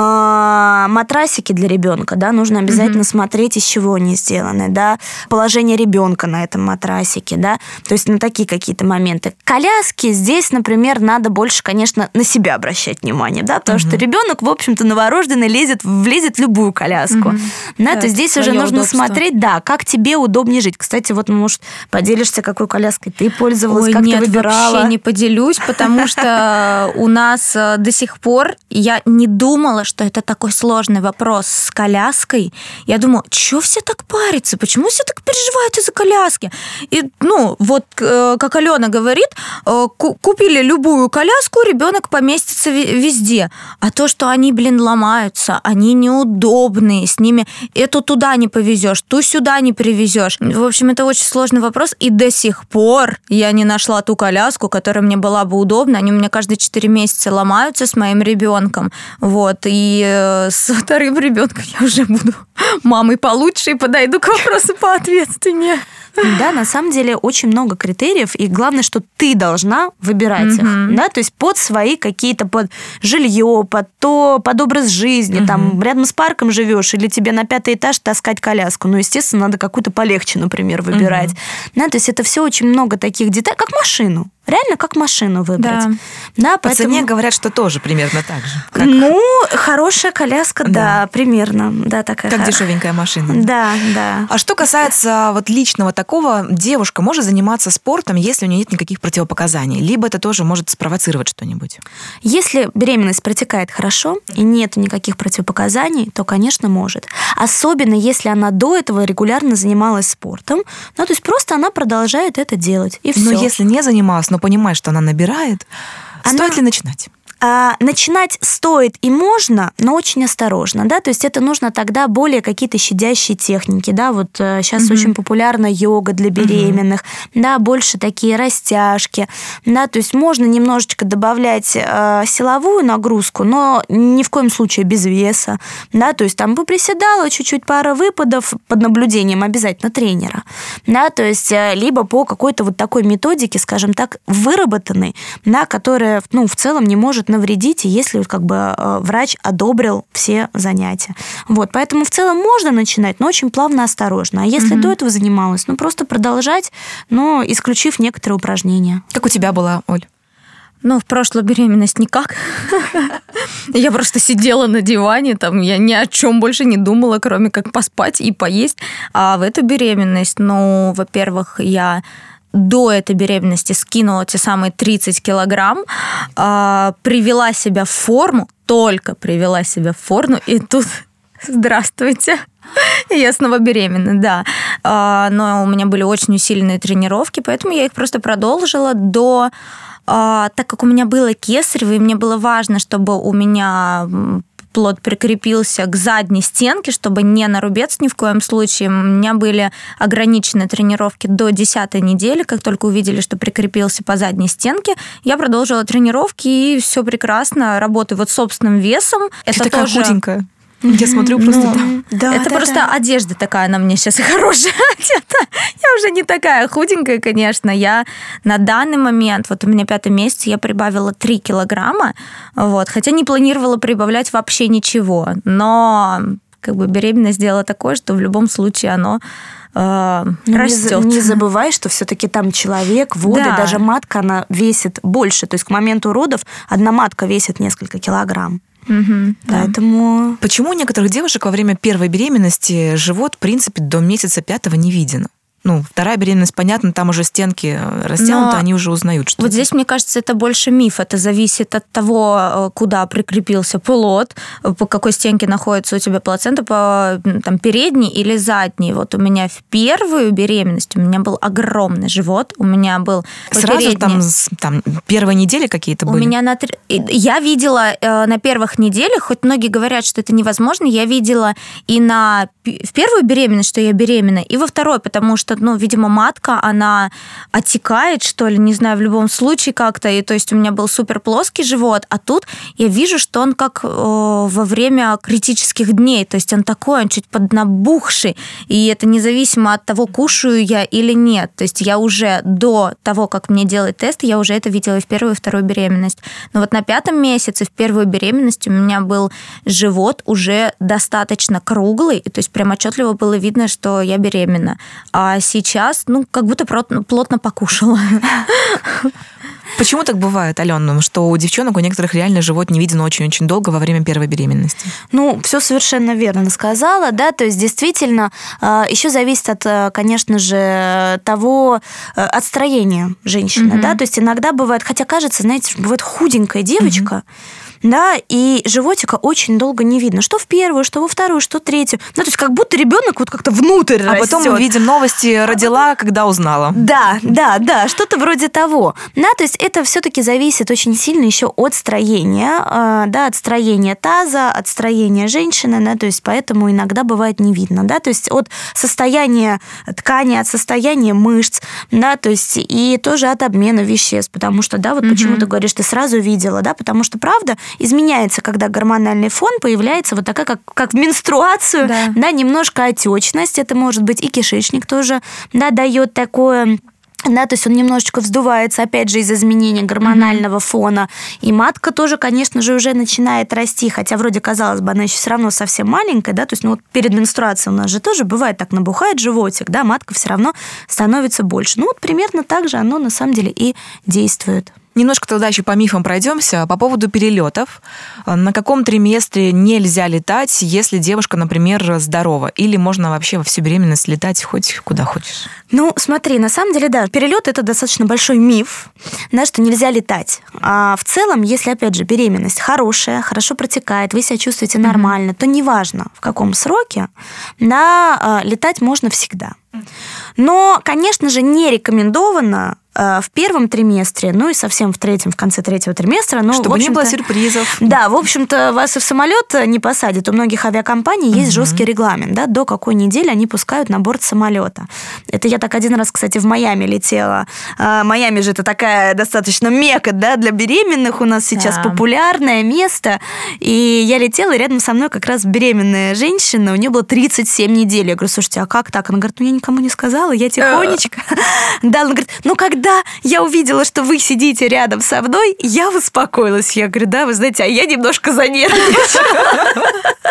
матрасики для ребенка, да, нужно обязательно смотреть, из чего они сделаны, да, положение ребенка на этом матрасике, да, то есть на такие какие-то моменты. Коляски здесь, например, надо больше, конечно, на себя обращать внимание, да, потому что ребенок, в общем-то, новорожденный влезет в любую коляску, да, то есть здесь уже нужно смотреть, да, как тебе удобнее жить. Кстати, вот, может, поделишься, какой коляской ты пользовалась, Ой, как нет, ты выбирала? Вообще не поделюсь, потому что у нас до сих пор я не думала, что это такой сложный вопрос с коляской. Я думала, что все так парятся? Почему все так переживают из-за коляски? И, ну, вот как Алена говорит, купили любую коляску, ребенок поместится везде. А то, что они, ломаются, они неудобные, с ними эту туда не повезешь, ту сюда не привезешь. В общем, это очень сложный вопрос, и до сих пор я не нашла ту коляску, которая мне была бы удобна. Они у меня каждые 4 месяца ломаются с моим ребенком. Вот. И с вторым ребенком я уже буду мамой получше и подойду к вопросу поответственнее. Да, на самом деле очень много критериев, и главное, что ты должна выбирать их, да, то есть под свои какие-то, под жилье, под образ жизни, там рядом с парком живешь, или тебе на 5-й этаж таскать коляску, ну, естественно, надо какую-то полегче, например, выбирать, да, то есть это все очень много таких деталей, как машину. Реально, как машину выбрать. Да, по цене говорят, что тоже примерно так же. Как... Ну, хорошая коляска, да, примерно. Да, такая. Как дешевенькая машина. Да. А что касается вот личного такого, девушка может заниматься спортом, если у нее нет никаких противопоказаний, либо это тоже может спровоцировать что-нибудь? Если беременность протекает хорошо и нет никаких противопоказаний, то, конечно, может. Особенно, если она до этого регулярно занималась спортом, ну, то есть просто она продолжает это делать, и все. Но если не занималась, но понимает, что она набирает, стоит ли начинать? Начинать стоит и можно, но очень осторожно, да, то есть это нужно тогда более какие-то щадящие техники, да, вот сейчас очень популярна йога для беременных, да, больше такие растяжки, да, то есть можно немножечко добавлять силовую нагрузку, но ни в коем случае без веса, да, то есть там поприседала, чуть-чуть пара выпадов под наблюдением обязательно тренера, да, то есть либо по какой-то вот такой методике, скажем так, выработанной, да, которая, ну, в целом не может навредить, если как бы врач одобрил все занятия. Вот, поэтому в целом можно начинать, но очень плавно, осторожно. А если до этого занималась, ну, просто продолжать, но исключив некоторые упражнения. Как у тебя была, Оль? Ну, в прошлую беременность никак. Я просто сидела на диване, там, я ни о чем больше не думала, кроме как поспать и поесть. А в эту беременность, ну, во-первых, я до этой беременности скинула те самые 30 килограмм, привела себя в форму, только привела себя в форму, и тут здравствуйте. Я снова беременна, да. Но у меня были очень усиленные тренировки, поэтому я их просто продолжила до... Так как у меня было кесарево, и мне было важно, чтобы у меня плод прикрепился к задней стенке, чтобы не нарубец ни в коем случае. У меня были ограниченные тренировки до 10-й недели. Как только увидели, что прикрепился по задней стенке, я продолжила тренировки, и все прекрасно. Работаю вот собственным весом. Ты такая худенькая. Я смотрю просто там. Да, это просто одежда такая на мне сейчас хорошая. Я уже не такая худенькая, конечно. Я на данный момент, вот у меня 5-й месяц, я прибавила 3 килограмма, вот, хотя не планировала прибавлять вообще ничего. Но как бы беременность сделала такое, что в любом случае оно растет. Не забывай, что все-таки там человек, воды, Да. даже матка, она весит больше. То есть к моменту родов одна матка весит несколько килограмм. Поэтому... Почему у некоторых девушек во время первой беременности живот, в принципе, до месяца 5-го не виден? Ну, вторая беременность, понятно, там уже стенки растянуты, они уже узнают, что... Вот здесь, мне кажется, это больше миф. Это зависит от того, куда прикрепился плод, по какой стенке находится у тебя плацента, по там, передней или задней. Вот у меня в первую беременность у меня был огромный живот, у меня был... Сразу там первые недели какие-то были? У меня я видела на первых неделях, хоть многие говорят, что это невозможно, я видела и в первую беременность, что я беременна, и во второй, потому что, ну, видимо, матка, она отекает, что ли, не знаю, в любом случае как-то, и то есть у меня был супер плоский живот, а тут я вижу, что он как во время критических дней, то есть он такой, он чуть поднабухший, и это независимо от того, кушаю я или нет, то есть я уже до того, как мне делать тест, я уже это видела и в первую, и вторую беременность. Но вот на 5-м месяце, в первую беременность, у меня был живот уже достаточно круглый, то есть прям отчетливо было видно, что я беременна. А сейчас, ну, как будто плотно покушала. Почему так бывает, Алена, что у девчонок, у некоторых реально живот не виден очень-очень долго во время первой беременности? Ну, все совершенно верно сказала, да, то есть действительно еще зависит от, конечно же, от строения женщины, да, то есть иногда бывает, хотя кажется, знаете, бывает худенькая девочка, да, и животика очень долго не видно. Что в первую, что во вторую, что в третью. Ну, то есть как будто ребенок вот как-то внутрь растет. А потом мы видим новости, родила, когда узнала. Да, что-то вроде того. Да, то есть это все-таки зависит очень сильно еще от строения, да, от строения таза, от строения женщины, да, то есть поэтому иногда бывает не видно, да, то есть от состояния ткани, от состояния мышц, да, то есть и тоже от обмена веществ, потому что, да, вот почему ты говоришь, ты сразу видела, да, потому что, правда, изменяется, когда гормональный фон появляется вот такая, как в менструацию, да, немножко отечность, это может быть и кишечник тоже, да, дает такое... Да, то есть он немножечко вздувается, опять же, из изменения гормонального фона. И матка тоже, конечно же, уже начинает расти, хотя вроде, казалось бы, она еще все равно совсем маленькая, да, то есть, ну, вот перед менструацией у нас же тоже бывает так, набухает животик, да, матка все равно становится больше. Ну, вот примерно так же оно на самом деле и действует. Немножко тогда еще по мифам пройдемся. По поводу перелетов. На каком триместре нельзя летать, если девушка, например, здорова? Или можно вообще во всю беременность летать хоть куда хочешь? Ну, смотри, на самом деле, да, перелет – это достаточно большой миф, да, что нельзя летать. А в целом, если, опять же, беременность хорошая, хорошо протекает, вы себя чувствуете нормально, то неважно, в каком сроке, да, летать можно всегда. Но, конечно же, не рекомендовано в первом триместре, ну и совсем в третьем, в конце третьего триместра. Ну, чтобы не было сюрпризов. Да, в общем-то, вас и в самолет не посадят. У многих авиакомпаний есть жесткий регламент, да, до какой недели они пускают на борт самолета. Это я так один раз, кстати, в Майами летела. Майами же это такая достаточно мекка, да, для беременных. У нас сейчас популярное место. И я летела, и рядом со мной как раз беременная женщина, у нее было 37 недель. Я говорю, слушайте, а как так? Она говорит, ну я никому не сказала, я тихонечко. Да, она говорит, ну когда я увидела, что вы сидите рядом со мной, я успокоилась. Я говорю, да, вы знаете, а я немножко занервничала.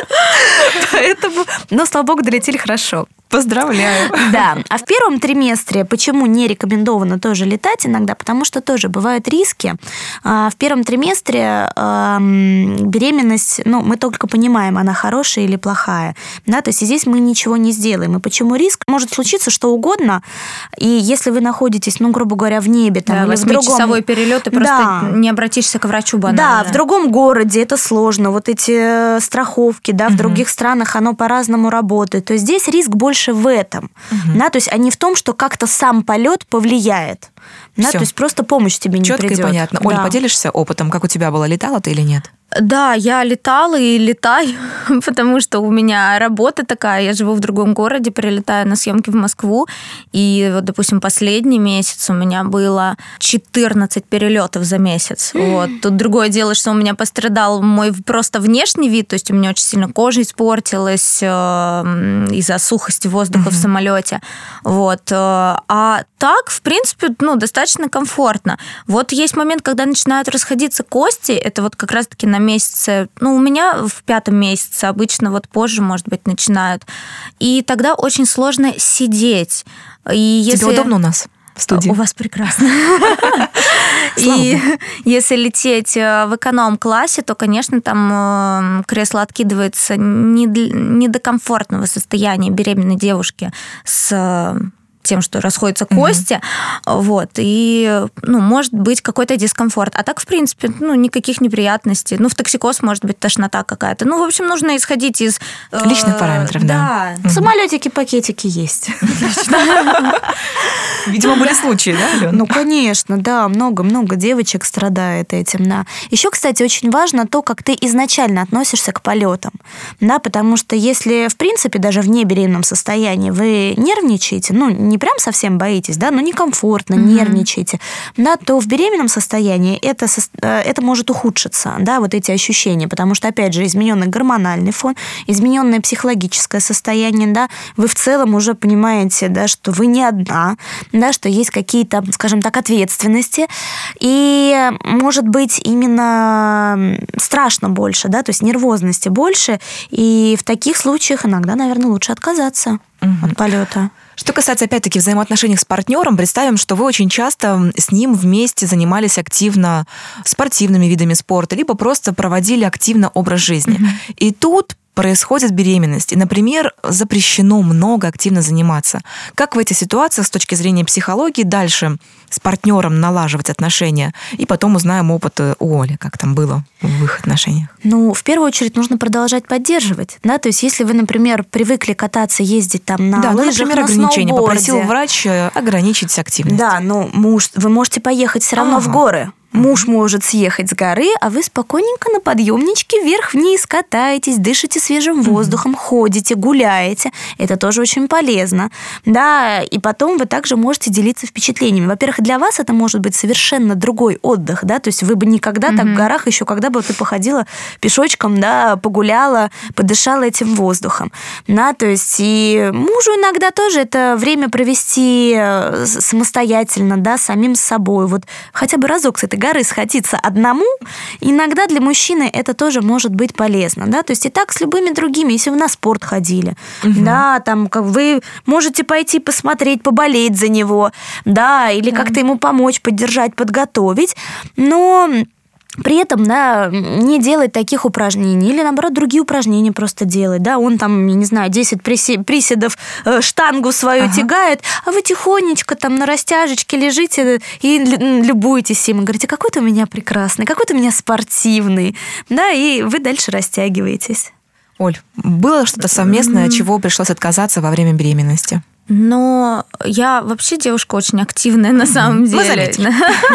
Поэтому, но, слава богу, долетели хорошо. Поздравляю. Да. А в первом триместре почему не рекомендовано тоже летать иногда? Потому что тоже бывают риски. В первом триместре беременность, ну, мы только понимаем, она хорошая или плохая. Да, то есть здесь мы ничего не сделаем. И почему риск? Может случиться что угодно. И если вы находитесь, ну, грубо говоря, в небе, там, или в другом... 8-часовой перелет, и просто не обратишься к врачу банально. Да, в другом городе это сложно. Вот эти страховки, да, в других странах оно по-разному работает. То есть здесь риск больше в этом, да, то есть, а не в том, что как-то сам полет повлияет. Да, то есть просто помощь тебе не придет. Четко и понятно. Да. Оль, поделишься опытом, как у тебя было? Летала ты или нет? Да, я летала и летаю, потому что у меня работа такая, я живу в другом городе, прилетаю на съемки в Москву, и вот, допустим, последний месяц у меня было 14 перелетов за месяц. Вот. Тут другое дело, что у меня пострадал мой просто внешний вид, то есть у меня очень сильно кожа испортилась из-за сухости воздуха в самолете. Вот. А так, в принципе, ну, достаточно комфортно. Вот есть момент, когда начинают расходиться кости, это вот как раз-таки на месяце, ну, у меня в 5-м месяце, обычно вот позже, может быть, начинают. И тогда очень сложно сидеть. И если... Тебе удобно у нас в студии? У вас прекрасно. И если лететь в эконом-классе, то, конечно, там кресло откидывается не до комфортного состояния беременной девушки с тем, что расходятся кости, вот, и, ну, может быть какой-то дискомфорт. А так, в принципе, ну, никаких неприятностей. Ну, в токсикоз может быть тошнота какая-то. Ну, в общем, нужно исходить из... личных параметров, да. В самолетике пакетики есть. Видимо, были случаи, да, Алена? Ну, конечно, да, много-много девочек страдает этим, да. Еще, кстати, очень важно то, как ты изначально относишься к полетам, да, потому что если, в принципе, даже в небеременном состоянии вы нервничаете, ну, не прям совсем боитесь, да, но некомфортно, нервничаете, да, то в беременном состоянии это может ухудшиться, да, вот эти ощущения, потому что, опять же, измененный гормональный фон, измененное психологическое состояние, да, вы в целом уже понимаете, да, что вы не одна, да, что есть какие-то, скажем так, ответственности, и, может быть, именно страшно больше, да, то есть нервозности больше, и в таких случаях иногда, наверное, лучше отказаться от полета. Что касается, опять-таки, взаимоотношений с партнером, представим, что вы очень часто с ним вместе занимались активно спортивными видами спорта, либо просто проводили активно образ жизни. И тут происходит беременность, и, например, запрещено много активно заниматься. Как в этих ситуациях с точки зрения психологии дальше с партнером налаживать отношения? И потом узнаем опыт у Оли, как там было в их отношениях. Ну, в первую очередь нужно продолжать поддерживать, да, то есть если вы, например, привыкли кататься, ездить там на лыжах, например, на ограничение, сноуборде. попросил врач ограничить активность. Да, но вы можете поехать все равно в горы. Муж может съехать с горы, а вы спокойненько на подъемничке вверх-вниз катаетесь, дышите свежим воздухом, ходите, гуляете. Это тоже очень полезно. Да, и потом вы также можете делиться впечатлениями. Во-первых, для вас это может быть совершенно другой отдых, да, то есть вы бы никогда так в горах, еще когда бы ты походила пешочком, да, погуляла, подышала этим воздухом. Да, то есть и мужу иногда тоже это время провести самостоятельно, да, самим собой. Вот хотя бы разок с этой горы сходиться одному, иногда для мужчины это тоже может быть полезно, да, то есть и так с любыми другими, если вы на спорт ходили, да, там, как вы можете пойти посмотреть, поболеть за него, да, или как-то ему помочь, поддержать, подготовить, но при этом, да, не делать таких упражнений или, наоборот, другие упражнения просто делать, да, он там, я не знаю, 10 приседов, штангу свою тягает, а вы тихонечко там на растяжечке лежите и любуетесь им, и говорите, какой ты у меня прекрасный, какой ты у меня спортивный, да, и вы дальше растягиваетесь. Оль, было что-то совместное, от чего пришлось отказаться во время беременности? Но я вообще девушка очень активная на самом деле. Мы заметили.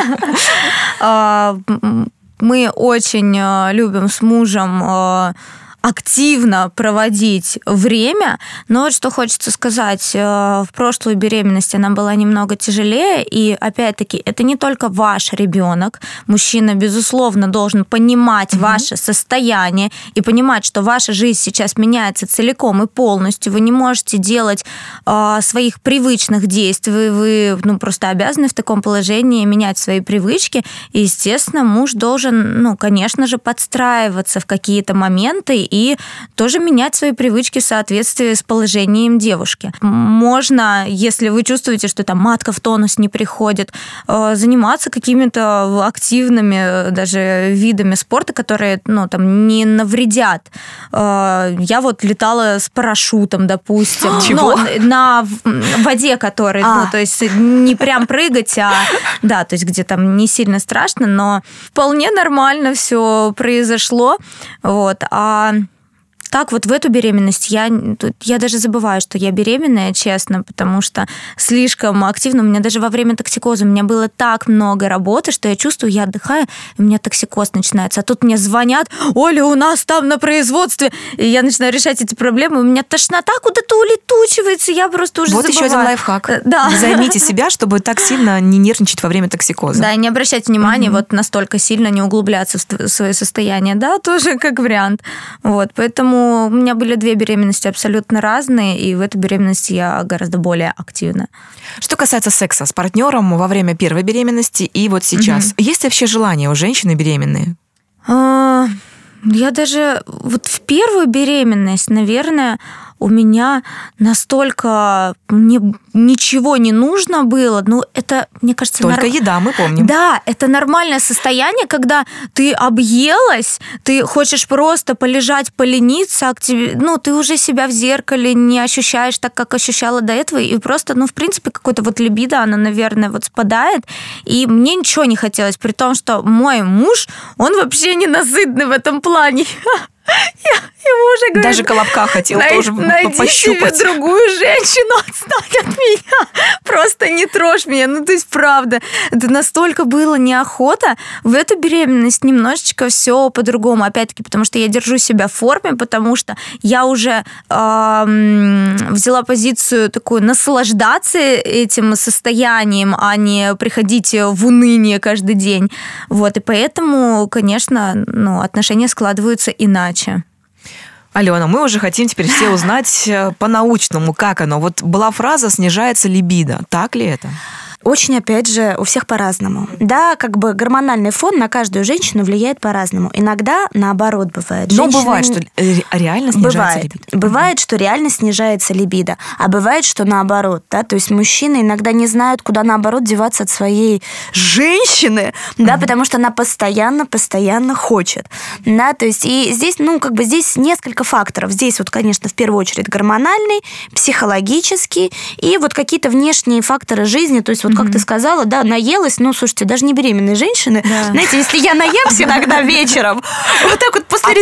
Мы очень любим с мужем активно проводить время, но вот что хочется сказать, в прошлую беременность она была немного тяжелее, и опять-таки это не только ваш ребенок, мужчина, безусловно, должен понимать ваше состояние и понимать, что ваша жизнь сейчас меняется целиком и полностью, вы не можете делать своих привычных действий, вы просто обязаны в таком положении менять свои привычки, и, естественно, муж должен, конечно же, подстраиваться в какие-то моменты и тоже менять свои привычки в соответствии с положением девушки. Можно, если вы чувствуете, что там матка в тонус не приходит, заниматься какими-то активными даже видами спорта, которые не навредят. Я вот летала с парашютом, допустим. Чего? На воде, который, то есть не прям прыгать, то есть где там не сильно страшно, но вполне нормально все произошло. Вот. Так вот в эту беременность я даже забываю, что я беременная, честно, потому что слишком активно. У меня даже во время токсикоза у меня было так много работы, что я чувствую, я отдыхаю, и у меня токсикоз начинается. А тут мне звонят: Оля, у нас там на производстве. И я начинаю решать эти проблемы. У меня тошнота куда-то улетучивается, я просто уже забываю. Вот еще один лайфхак. Да. Займите себя, чтобы так сильно не нервничать во время токсикоза. Да, и не обращать внимания, вот настолько сильно не углубляться в свое состояние. Да, тоже как вариант. Вот, поэтому у меня были 2 беременности абсолютно разные, и в эту беременность я гораздо более активна. Что касается секса с партнером во время первой беременности и вот сейчас, есть ли вообще желание у женщины беременной? Я даже вот в первую беременность, наверное, у меня настолько мне ничего не нужно было. Ну, это, мне кажется... Только еда, мы помним. Да, это нормальное состояние, когда ты объелась, ты хочешь просто полежать, полениться, ты уже себя в зеркале не ощущаешь так, как ощущала до этого, и просто, в принципе, какое-то вот либидо, оно, наверное, вот спадает, и мне ничего не хотелось, при том, что мой муж, он вообще ненасытный в этом плане. Я ему уже говорю, даже колобка хотел тоже найди пощупать. себе другую женщину, отстань от меня, просто не трожь меня. То есть, правда, это настолько было неохота. В эту беременность немножечко все по-другому, опять-таки, потому что я держу себя в форме, потому что я уже взяла позицию такую наслаждаться этим состоянием, а не приходить в уныние каждый день. Вот, и поэтому, конечно, отношения складываются иначе. Алена, мы уже хотим теперь все узнать по-научному, как оно. Вот была фраза «снижается либидо». Так ли это? Очень, опять же, у всех по-разному. Да, гормональный фон на каждую женщину влияет по-разному. Иногда наоборот бывает. Но бывает, что реально снижается либидо. Бывает, что реально снижается либидо, а бывает, что наоборот. Да? То есть мужчины иногда не знают, куда наоборот деваться от своей женщины, да, потому что она постоянно хочет. Да? То есть и здесь, здесь несколько факторов. Здесь конечно, в первую очередь гормональный, психологический и вот какие-то внешние факторы жизни. То есть как ты сказала, да, наелась, слушайте, даже не беременные женщины, знаете, если я наемся иногда вечером, вот так вот после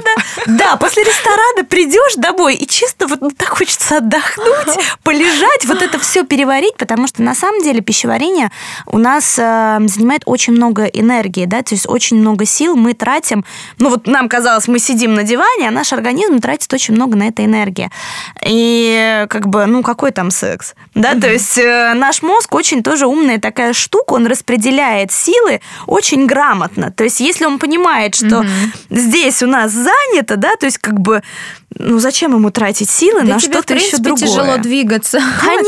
ресторана придешь домой, и чисто так хочется отдохнуть, полежать, вот это все переварить, потому что на самом деле пищеварение у нас занимает очень много энергии, да, то есть очень много сил мы тратим, нам казалось, мы сидим на диване, а наш организм тратит очень много на это энергии. И какой там секс, да, то есть наш мозг очень тоже умная такая штука, он распределяет силы очень грамотно. То есть если он понимает, что здесь у нас занято, да, то есть зачем ему тратить силы на что-то еще другое? Тяжело двигаться.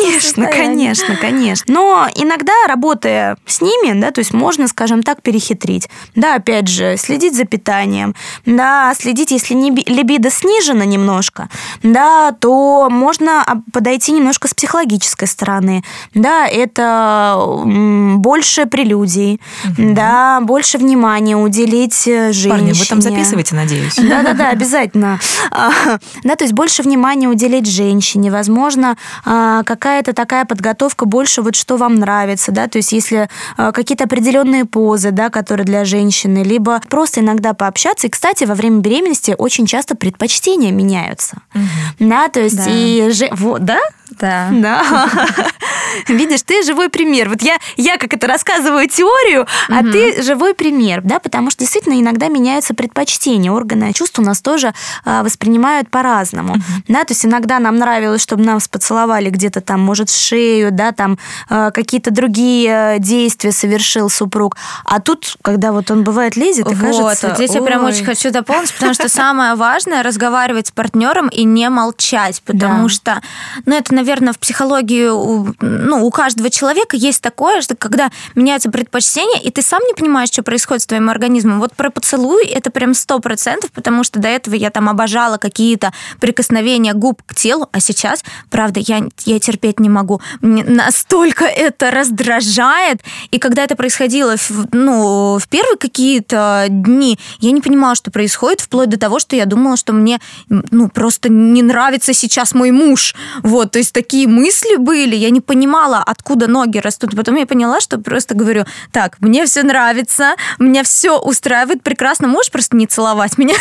Конечно. Но иногда, работая с ними, да, то есть можно, скажем так, перехитрить. Да, опять же, следить за питанием, да, следить, если либидо снижено немножко, да, то можно подойти немножко с психологической стороны. Да, это больше прелюдий, да, больше внимания уделить женщине. Парни, вы там записываете, надеюсь? Да, обязательно. да, то есть больше внимания уделить женщине, возможно, какая-то такая подготовка больше вот что вам нравится, да, то есть если какие-то определенные позы, да, которые для женщины, либо просто иногда пообщаться. И, кстати, во время беременности очень часто предпочтения меняются, да, то есть вот, да? Да. Видишь, ты живой пример. Вот я как это рассказываю теорию, а ты живой пример, да, потому что действительно иногда меняются предпочтения, органы чувств у нас тоже воспринимают по-разному, да, то есть иногда нам нравилось, чтобы нас поцеловали где-то там, может, в шею, да, там какие-то другие действия совершил супруг, а тут, когда вот он бывает лезет, и кажется... Вот здесь я прям очень хочу дополнить, потому что самое важное — разговаривать с партнером и не молчать, потому что, это, наверное, в психологии у каждого человека есть такое, что когда меняются предпочтения, и ты сам не понимаешь, что происходит с твоим организмом. Вот про поцелуй это прям 100%, потому что до этого я там обожала какие-то прикосновения губ к телу, а сейчас, правда, я терпеть не могу. Мне настолько это раздражает. И когда это происходило в первые какие-то дни, я не понимала, что происходит, вплоть до того, что я думала, что мне просто не нравится сейчас мой муж. Вот, то есть такие мысли были, я не понимала, откуда ноги растут. Потом я поняла, что просто говорю: так, мне все нравится, меня все устраивает, прекрасно, можешь просто не целовать меня?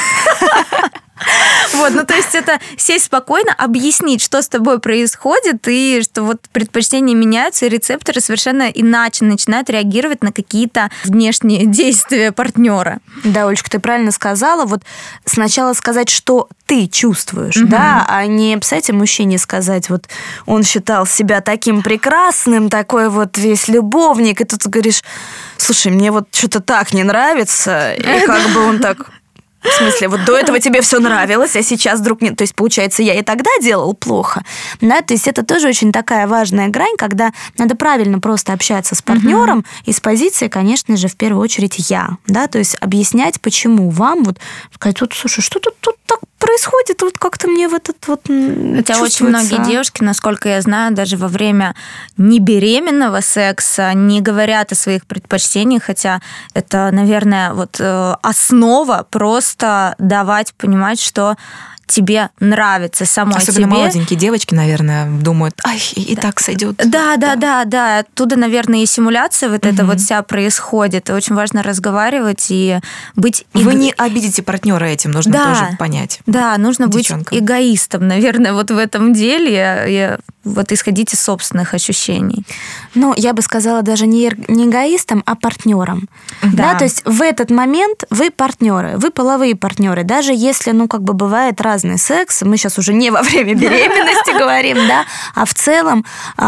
Вот, то есть это сесть спокойно, объяснить, что с тобой происходит, и что вот предпочтения меняются, и рецепторы совершенно иначе начинают реагировать на какие-то внешние действия партнера. Да, Олечка, ты правильно сказала. Вот сначала сказать, что ты чувствуешь, да, а не, представляете, мужчине сказать, вот он считал себя таким прекрасным, такой вот весь любовник, и тут ты говоришь: слушай, мне вот что-то так не нравится, и как бы он так... В смысле, вот до этого тебе все нравилось, а сейчас вдруг нет. То есть, получается, я и тогда делал плохо. Да, то есть это тоже очень такая важная грань, когда надо правильно просто общаться с партнером, и с позиции, конечно же, в первую очередь я. Да, то есть объяснять, почему вам вот сказать: вот, слушай, что тут так происходит, вот как-то мне в этот вот Хотя очень многие девушки, насколько я знаю, даже во время небеременного секса не говорят о своих предпочтениях, хотя это, наверное, вот основа просто давать понимать, что тебе нравится самой Особенно себе. молоденькие девочки, наверное, думают: ай, и так сойдет. Да. Оттуда, наверное, и симуляция вот эта вот вся происходит. Очень важно разговаривать и быть... Вы не обидите партнера этим, нужно тоже понять. Да, нужно быть эгоистом, наверное, вот в этом деле. Вот исходить из собственных ощущений. Я бы сказала, даже не эгоистом, а партнером. Да, то есть в этот момент вы партнеры, вы половые партнеры. Даже если, бывает разный секс, мы сейчас уже не во время беременности говорим, да, а в целом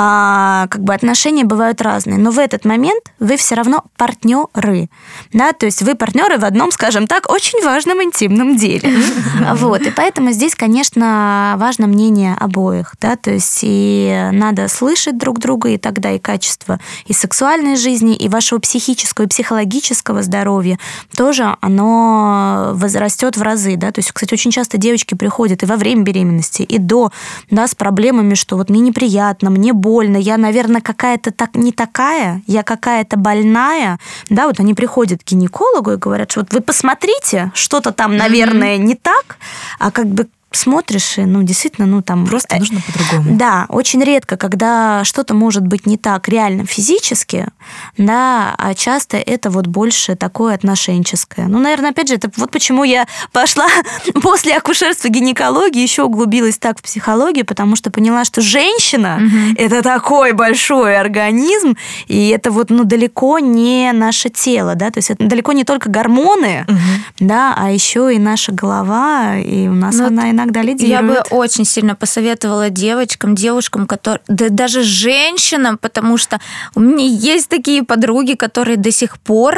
отношения бывают разные. Но в этот момент вы все равно партнеры. Да, то есть вы партнеры в одном, скажем так, очень важном интимном деле. Вот, и поэтому здесь, конечно, важно мнение обоих, да, то есть и надо слышать друг друга, и тогда и качество и сексуальной жизни, и вашего психического и психологического здоровья тоже оно возрастет в разы, да, то есть, кстати, очень часто девочки приходят и во время беременности, и до, да, с проблемами, что вот мне неприятно, мне больно, я, наверное, какая-то не такая, я какая-то больная, да, вот они приходят к гинекологу и говорят, что вот вы посмотрите, что-то там, наверное, не так, а смотришь, и, действительно, там... Просто нужно по-другому. Да, очень редко, когда что-то может быть не так реально физически, да, а часто это вот больше такое отношенческое. Наверное, опять же, это вот почему я пошла после акушерства гинекологии, еще углубилась так в психологию, потому что поняла, что женщина – это такой большой организм, и это вот, далеко не наше тело, да, то есть это далеко не только гормоны, да, а еще и наша голова, и у нас она иногда лидирует. Я бы очень сильно посоветовала девушкам, да даже женщинам, потому что у меня есть такие подруги, которые до сих пор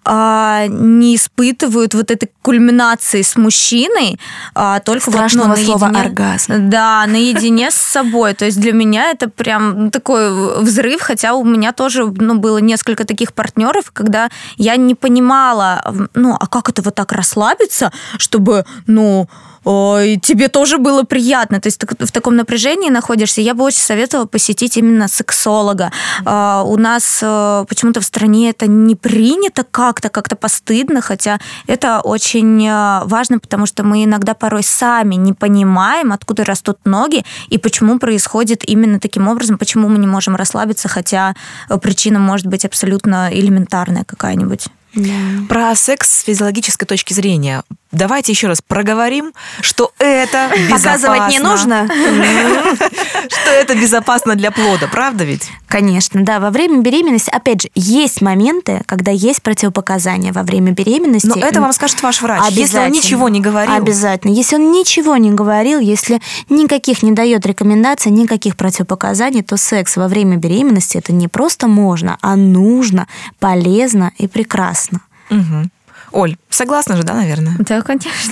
не испытывают вот этой кульминации с мужчиной, только страшного слова оргазм. Да, наедине с собой. То есть для меня это прям такой взрыв, хотя у меня тоже было несколько таких партнеров, когда я не понимала, а как это вот так расслабиться, чтобы, и тебе тоже было приятно. То есть ты в таком напряжении находишься. Я бы очень советовала посетить именно сексолога. У нас почему-то в стране это не принято как-то постыдно, хотя это очень важно, потому что мы иногда порой сами не понимаем, откуда растут ноги и почему происходит именно таким образом, почему мы не можем расслабиться, хотя причина может быть абсолютно элементарная какая-нибудь. Про секс с физиологической точки зрения. Давайте еще раз проговорим, что это безопасно. Показывать не нужно? Что это безопасно для плода, правда ведь? Конечно, да. Во время беременности, опять же, есть моменты, когда есть противопоказания во время беременности. Но это вам скажет ваш врач, если он Обязательно. ничего не говорил. Обязательно. Если он ничего не говорил, если никаких не дает рекомендаций, никаких противопоказаний, то секс во время беременности это не просто можно, а нужно, полезно и прекрасно. Угу. Оль, согласна же, да, наверное? Да, конечно.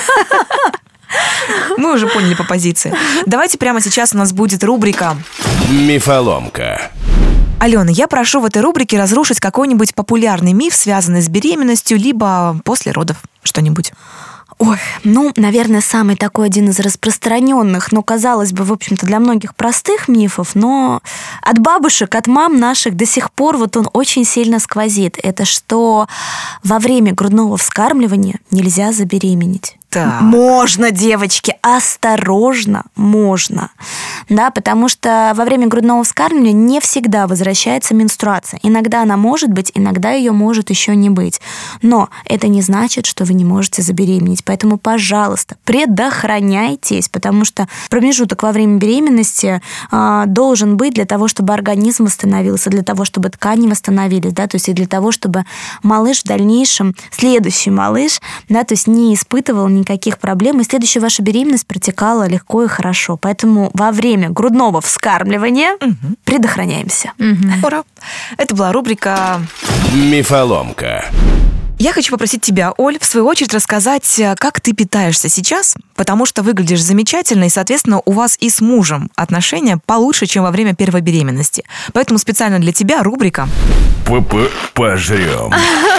Мы уже поняли по позиции. Давайте прямо сейчас у нас будет рубрика Мифоломка. Алена, я прошу в этой рубрике разрушить какой-нибудь популярный миф, связанный с беременностью, либо после родов что-нибудь. Ой, наверное, самый такой один из распространенных, но, казалось бы, в общем-то, для многих простых мифов, но от бабушек, от мам наших до сих пор вот он очень сильно сквозит. Это что во время грудного вскармливания нельзя забеременеть. Так. Можно, девочки, осторожно, можно. Да, потому что во время грудного вскармливания не всегда возвращается менструация. Иногда она может быть, иногда ее может еще не быть. Но это не значит, что вы не можете забеременеть. Поэтому, пожалуйста, предохраняйтесь, потому что промежуток во время беременности должен быть для того, чтобы организм восстановился, для того, чтобы ткани восстановились, да, то есть и для того, чтобы малыш в дальнейшем, следующий малыш, да, то есть не испытывал никаких проблем, и следующая ваша беременность протекала легко и хорошо. Поэтому во время грудного вскармливания предохраняемся. Ура! Это была рубрика Мифоломка. Я хочу попросить тебя, Оль, в свою очередь рассказать, как ты питаешься сейчас, потому что выглядишь замечательно, и, соответственно, у вас и с мужем отношения получше, чем во время первой беременности. Поэтому специально для тебя рубрика Пожрем.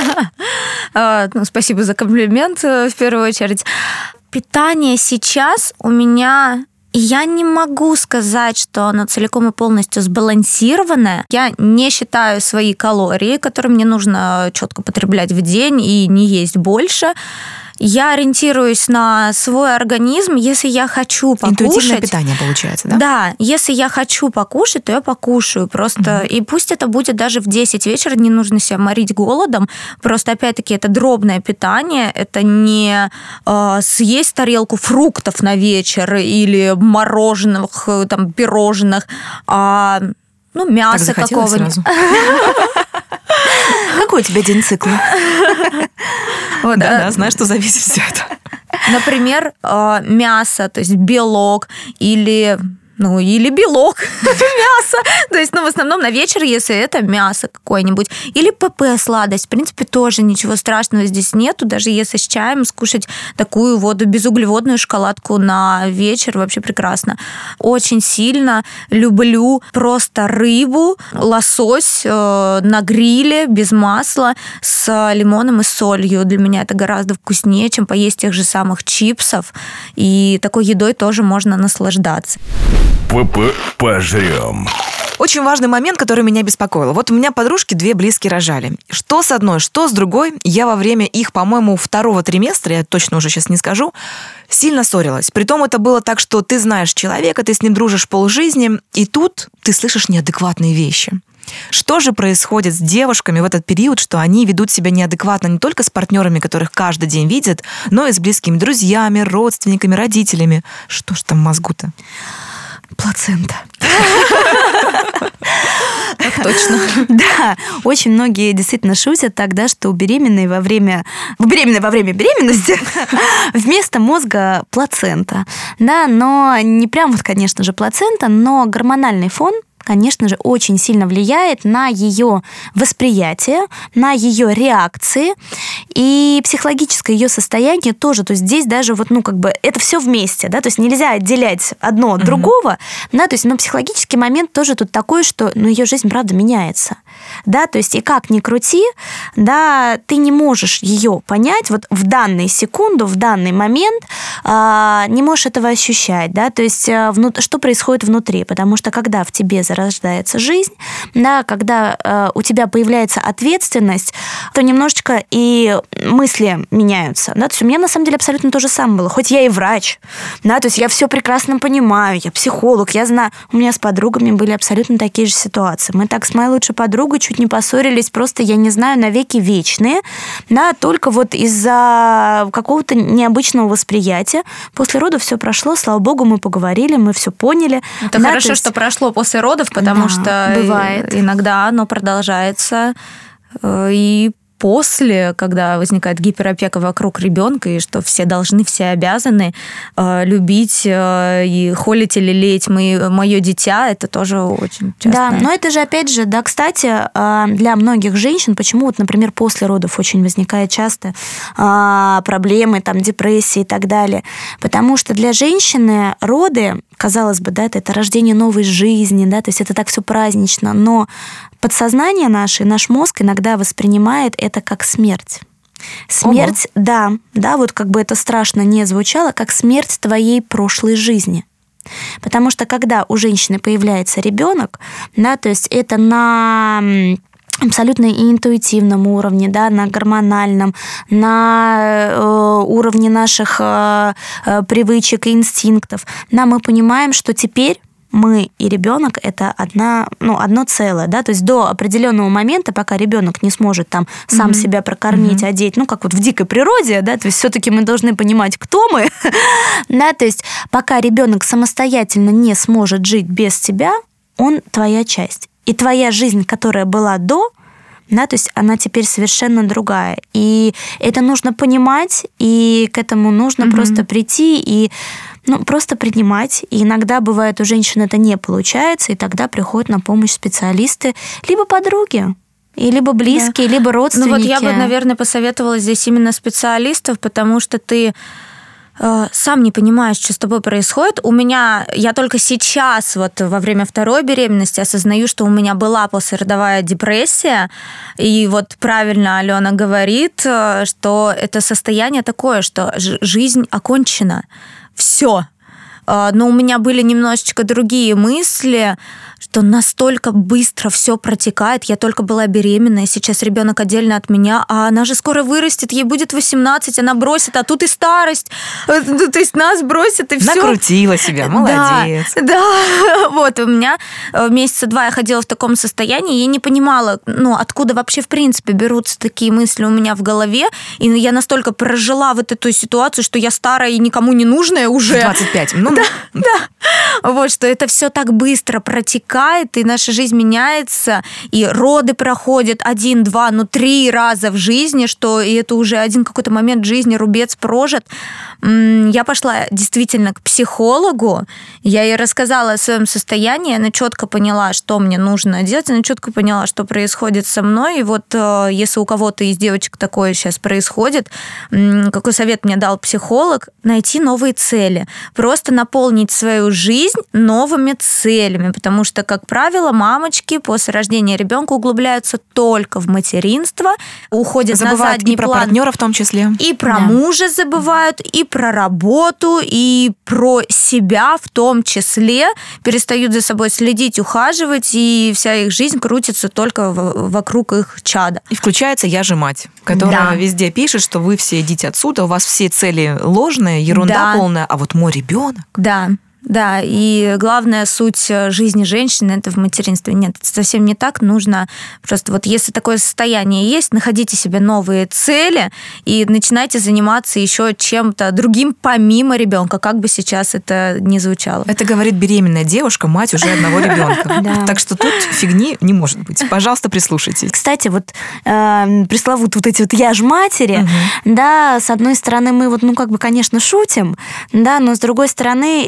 Спасибо за комплимент, в первую очередь. Питание сейчас у меня... Я не могу сказать, что оно целиком и полностью сбалансированное. Я не считаю свои калории, которые мне нужно четко потреблять в день и не есть больше. Я ориентируюсь на свой организм, если я хочу покушать. Интуитивное питание получается, да? Да, если я хочу покушать, то я покушаю просто. И пусть это будет даже в 10 вечера, не нужно себя морить голодом. Просто, опять-таки, это дробное питание, это не съесть тарелку фруктов на вечер или мороженых, там, пирожных, а мясо какого-нибудь. Какой у тебя день цикла? Да, знаю, что зависит все это. Например, мясо, то есть белок или белок, мясо. То есть, в основном на вечер, если это мясо какое-нибудь. Или ПП сладость. В принципе, тоже ничего страшного здесь нету. Даже если с чаем скушать такую вот безуглеводную шоколадку на вечер, вообще прекрасно. Очень сильно люблю просто рыбу, лосось на гриле, без масла, с лимоном и солью. Для меня это гораздо вкуснее, чем поесть тех же самых чипсов. И такой едой тоже можно наслаждаться. Пожрем. Очень важный момент, который меня беспокоил. Вот у меня подружки 2 близкие рожали. Что с одной, что с другой. Я во время их, по-моему, 2-го триместра, я точно уже сейчас не скажу, сильно ссорилась. Притом это было так, что ты знаешь человека, ты с ним дружишь полжизни, и тут ты слышишь неадекватные вещи. Что же происходит с девушками в этот период, что они ведут себя неадекватно не только с партнерами, которых каждый день видят, но и с близкими друзьями, родственниками, родителями? Что ж там в мозгу-то? Плацента. Так точно. Да, очень многие действительно шутят тогда, что у беременной во время беременности вместо мозга плацента. Да, но не прям вот, конечно же, плацента, но гормональный фон, конечно же, очень сильно влияет на ее восприятие, на ее реакции, и психологическое ее состояние тоже. То есть здесь даже это все вместе, да, то есть нельзя отделять одно от другого, да, то есть, психологический момент тоже тут такой, что, ее жизнь, правда, меняется, да, то есть и как ни крути, да, ты не можешь ее понять вот в данную секунду, в данный момент, не можешь этого ощущать, да, то есть что происходит внутри, потому что когда в тебе зарождается жизнь, да, когда у тебя появляется ответственность, то немножечко и мысли меняются, да, то есть у меня на самом деле абсолютно то же самое было, хоть я и врач, да, то есть я все прекрасно понимаю, я психолог, я знаю, у меня с подругами были абсолютно такие же ситуации, мы так с моей лучшей подругой чуть не поссорились, просто, я не знаю, навеки вечные, да, только вот из-за какого-то необычного восприятия. После родов все прошло, слава богу, мы поговорили, мы все поняли. Это да, хорошо, что прошло после родов, потому что бывает. Иногда оно продолжается и после, когда возникает гиперопека вокруг ребенка, и что все должны, все обязаны любить и холить или лелеять мое дитя, это тоже очень часто. Да, но это же, опять же, да, кстати, для многих женщин, почему вот, например, после родов очень возникает часто проблемы, там, депрессии и так далее, потому что для женщины роды, казалось бы, да, это рождение новой жизни, да, то есть это так все празднично, но подсознание наше, наш мозг иногда воспринимает это как смерть. Смерть, да, вот как бы это страшно не звучало, как смерть твоей прошлой жизни. Потому что когда у женщины появляется ребенок, да, то есть это на абсолютно и интуитивном уровне, да, на гормональном, на уровне наших привычек и инстинктов, да, мы понимаем, что теперь мы и ребенок это одно целое, да, то есть до определенного момента, пока ребенок не сможет там сам себя прокормить, одеть, как вот в дикой природе, да, то есть все-таки мы должны понимать, кто мы, да, то есть пока ребенок самостоятельно не сможет жить без тебя, он твоя часть. И твоя жизнь, которая была до, да, то есть она теперь совершенно другая. И это нужно понимать, и к этому нужно просто прийти и просто принимать. И иногда бывает у женщин это не получается, и тогда приходят на помощь специалисты, либо подруги, и либо близкие, либо родственники. Ну вот я бы, наверное, посоветовала здесь именно специалистов, потому что ты сам не понимаешь, что с тобой происходит. Я только сейчас, вот во время второй беременности, осознаю, что у меня была послеродовая депрессия. И вот правильно Алена говорит, что это состояние такое, что жизнь окончена. Все. Но у меня были немножечко другие мысли, что настолько быстро все протекает. Я только была беременна, и сейчас ребенок отдельно от меня, а она же скоро вырастет, ей будет 18, она бросит, а тут и старость. То есть нас бросит, и все. Накрутила себя, молодец. Да. Вот, у меня месяца 2 я ходила в таком состоянии, я не понимала, откуда вообще в принципе берутся такие мысли у меня в голове, и я настолько прожила вот эту ситуацию, что я старая и никому не нужная уже. 25, Да. Вот, что это все так быстро протекает, и наша жизнь меняется, и роды проходят 1, 2, 3 раза в жизни, что и это уже один какой-то момент жизни, рубец прожит. Я пошла действительно к психологу, я ей рассказала о своем состоянии, она четко поняла, что мне нужно делать, она четко поняла, что происходит со мной, и вот если у кого-то из девочек такое сейчас происходит, какой совет мне дал психолог? Найти новые цели, просто наполнить свою жизнь новыми целями, потому что, как правило, мамочки после рождения ребенка углубляются только в материнство, уходят на задний и про план. партнера в том числе. И про мужа забывают, и про работу, и про себя в том числе, перестают за собой следить, ухаживать, и вся их жизнь крутится только вокруг их чада. И включается «Я же мать», которая везде пишет, что вы все идите отсюда, у вас все цели ложные, ерунда полная, а вот мой ребенок. Да, и главная суть жизни женщины – это в материнстве. Нет, это совсем не так. Нужно просто вот если такое состояние есть, находите себе новые цели и начинайте заниматься еще чем-то другим помимо ребенка, как бы сейчас это ни звучало. Это говорит беременная девушка, мать уже одного ребенка. Так что тут фигни не может быть. Пожалуйста, прислушайтесь. Кстати, вот пресловут вот эти вот «я ж матери», да, с одной стороны мы вот, конечно, шутим, да, но с другой стороны этим женщинам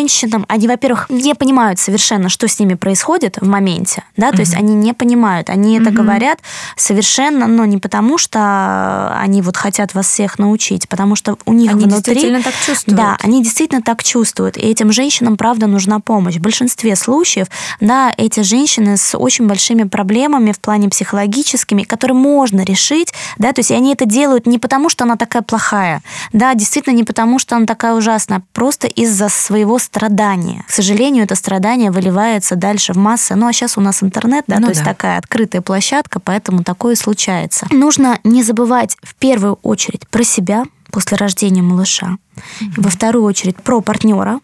женщинам, они, во-первых, не понимают совершенно, что с ними происходит в моменте, да, то есть они не понимают, они это говорят совершенно, но не потому, что они вот хотят вас всех научить, потому что у них они внутри... действительно так чувствуют. Да, они действительно так чувствуют, и этим женщинам, правда, нужна помощь. В большинстве случаев, да, эти женщины с очень большими проблемами в плане психологическими, которые можно решить, да, то есть они это делают не потому, что она такая плохая, да, действительно не потому, что она такая ужасная, просто из-за своего страдания. К сожалению, это страдание выливается дальше в массы. Ну, а сейчас у нас интернет, да, то есть такая открытая площадка, поэтому такое случается. Нужно не забывать в первую очередь про себя после рождения малыша, во вторую очередь про партнера,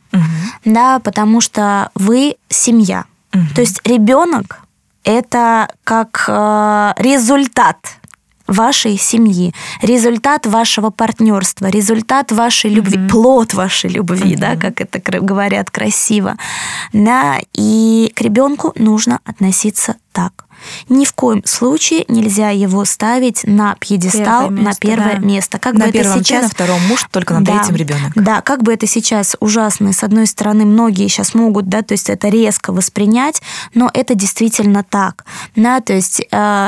да, потому что вы семья. То есть ребенок это как результат вашей семьи, результат вашего партнерства, результат вашей любви, плод вашей любви, да, как это говорят красиво. Да, и к ребенку нужно относиться так. Ни в коем случае нельзя его ставить на пьедестал, на первое место. Как на бы первом это сейчас... ты, на втором муж, только на третьем ребенок. Да, как бы это сейчас ужасно, с одной стороны, многие сейчас могут, да, то есть это резко воспринять, но это действительно так. Да, то есть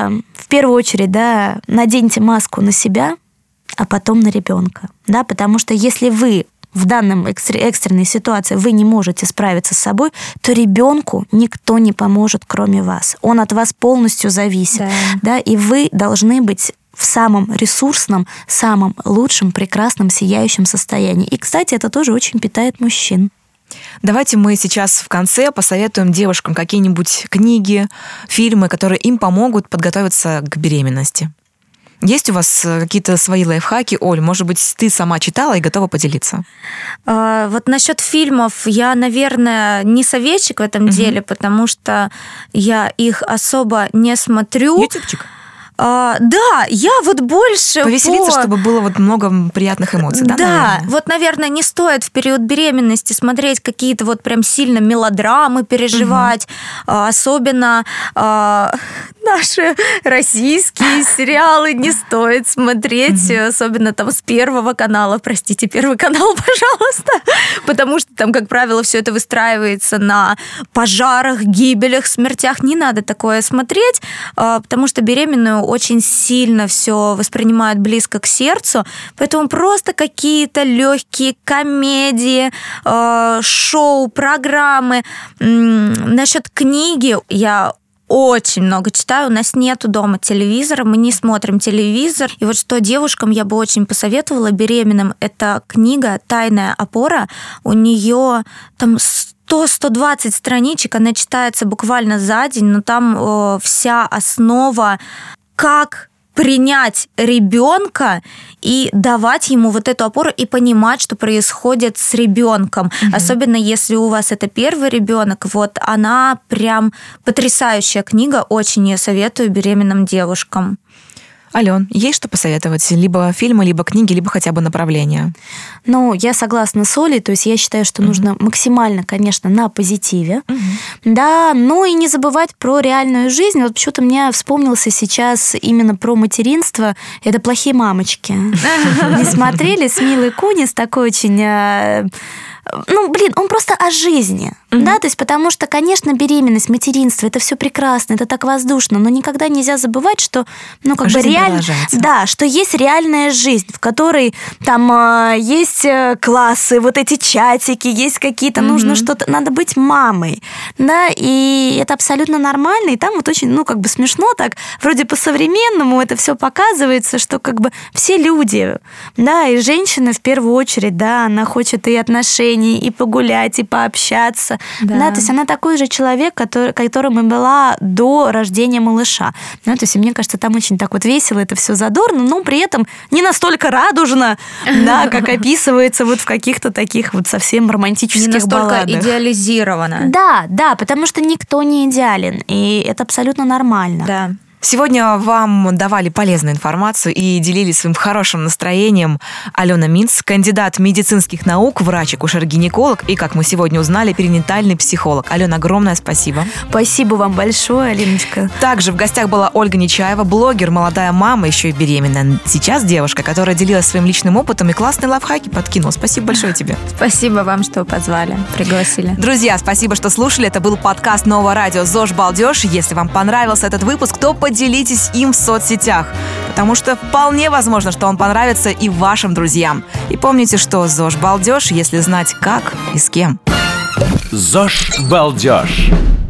в первую очередь, да, наденьте маску на себя, а потом на ребенка, да, потому что если вы в данном экстренной ситуации вы не можете справиться с собой, то ребенку никто не поможет, кроме вас. Он от вас полностью зависит. Да, и вы должны быть в самом ресурсном, самом лучшем, прекрасном, сияющем состоянии. И, кстати, это тоже очень питает мужчин. Давайте мы сейчас в конце посоветуем девушкам какие-нибудь книги, фильмы, которые им помогут подготовиться к беременности. Есть у вас какие-то свои лайфхаки? Оль, может быть, ты сама читала и готова поделиться? Вот насчет фильмов я, наверное, не советчик в этом деле, потому что я их особо не смотрю. Ютубчик? Да, я вот больше... Повеселиться, чтобы было вот много приятных эмоций, да? Да, наверное? вот, наверное, не стоит в период беременности смотреть какие-то вот прям сильно мелодрамы, переживать, особенно наши российские сериалы не стоит смотреть, особенно там с Первого канала, простите, Первый канал, пожалуйста, потому что там, как правило, все это выстраивается на пожарах, гибелях, смертях. Не надо такое смотреть, потому что беременную очень сильно все воспринимают близко к сердцу, поэтому просто какие-то легкие комедии, шоу, программы. Насчет книги я очень много читаю. У нас нету дома телевизора, мы не смотрим телевизор. И вот что девушкам я бы очень посоветовала беременным, это книга «Тайная опора». У нее там 100-120 страничек, она читается буквально за день, но там вся основа, как принять ребенка и давать ему вот эту опору и понимать, что происходит с ребенком. Особенно если у вас это первый ребенок, вот она прям потрясающая книга, очень ее советую беременным девушкам. Ален, есть что посоветовать? Либо фильмы, либо книги, либо хотя бы направления? Ну, я согласна с Олей, то есть я считаю, что нужно максимально, конечно, на позитиве, да, но и не забывать про реальную жизнь. Вот почему-то мне вспомнился сейчас именно про материнство, это «Плохие мамочки». Не смотрели с Милой Кунис, такой очень... он просто о жизни, да, то есть потому что, конечно, беременность, материнство, это все прекрасно, это так воздушно, но никогда нельзя забывать, что, жизнь реально, да, что есть реальная жизнь, в которой там есть классы, вот эти чатики, есть какие-то, нужно что-то, надо быть мамой, да, и это абсолютно нормально, и там вот очень, смешно так, вроде по-современному это все показывается, что все люди, да, и женщина в первую очередь, да, она хочет и отношений, и погулять, и пообщаться. Да, то есть она такой же человек, которым и была до рождения малыша. Да, то есть мне кажется, там очень так вот весело, это все задорно, но при этом не настолько радужно, да, как описывается вот в каких-то таких вот совсем романтических балладах. Не настолько идеализировано. Да, потому что никто не идеален, и это абсолютно нормально. Да. Сегодня вам давали полезную информацию и делились своим хорошим настроением Алена Минц, кандидат медицинских наук, врач-акушер-гинеколог и, как мы сегодня узнали, перинатальный психолог. Алена, огромное спасибо. Спасибо вам большое, Алиночка. Также в гостях была Ольга Нечаева, блогер, молодая мама, еще и беременная. Сейчас девушка, которая делилась своим личным опытом и классные лайфхаки подкинула. Спасибо большое тебе. Спасибо вам, что позвали, пригласили. Друзья, спасибо, что слушали. Это был подкаст «Нового радио ЗОЖ Балдеж». Если вам понравился этот выпуск, то поделитесь им в соцсетях, потому что вполне возможно, что он понравится и вашим друзьям. И помните, что ЗОЖ Балдеж, если знать как и с кем. ЗОЖ Балдеж.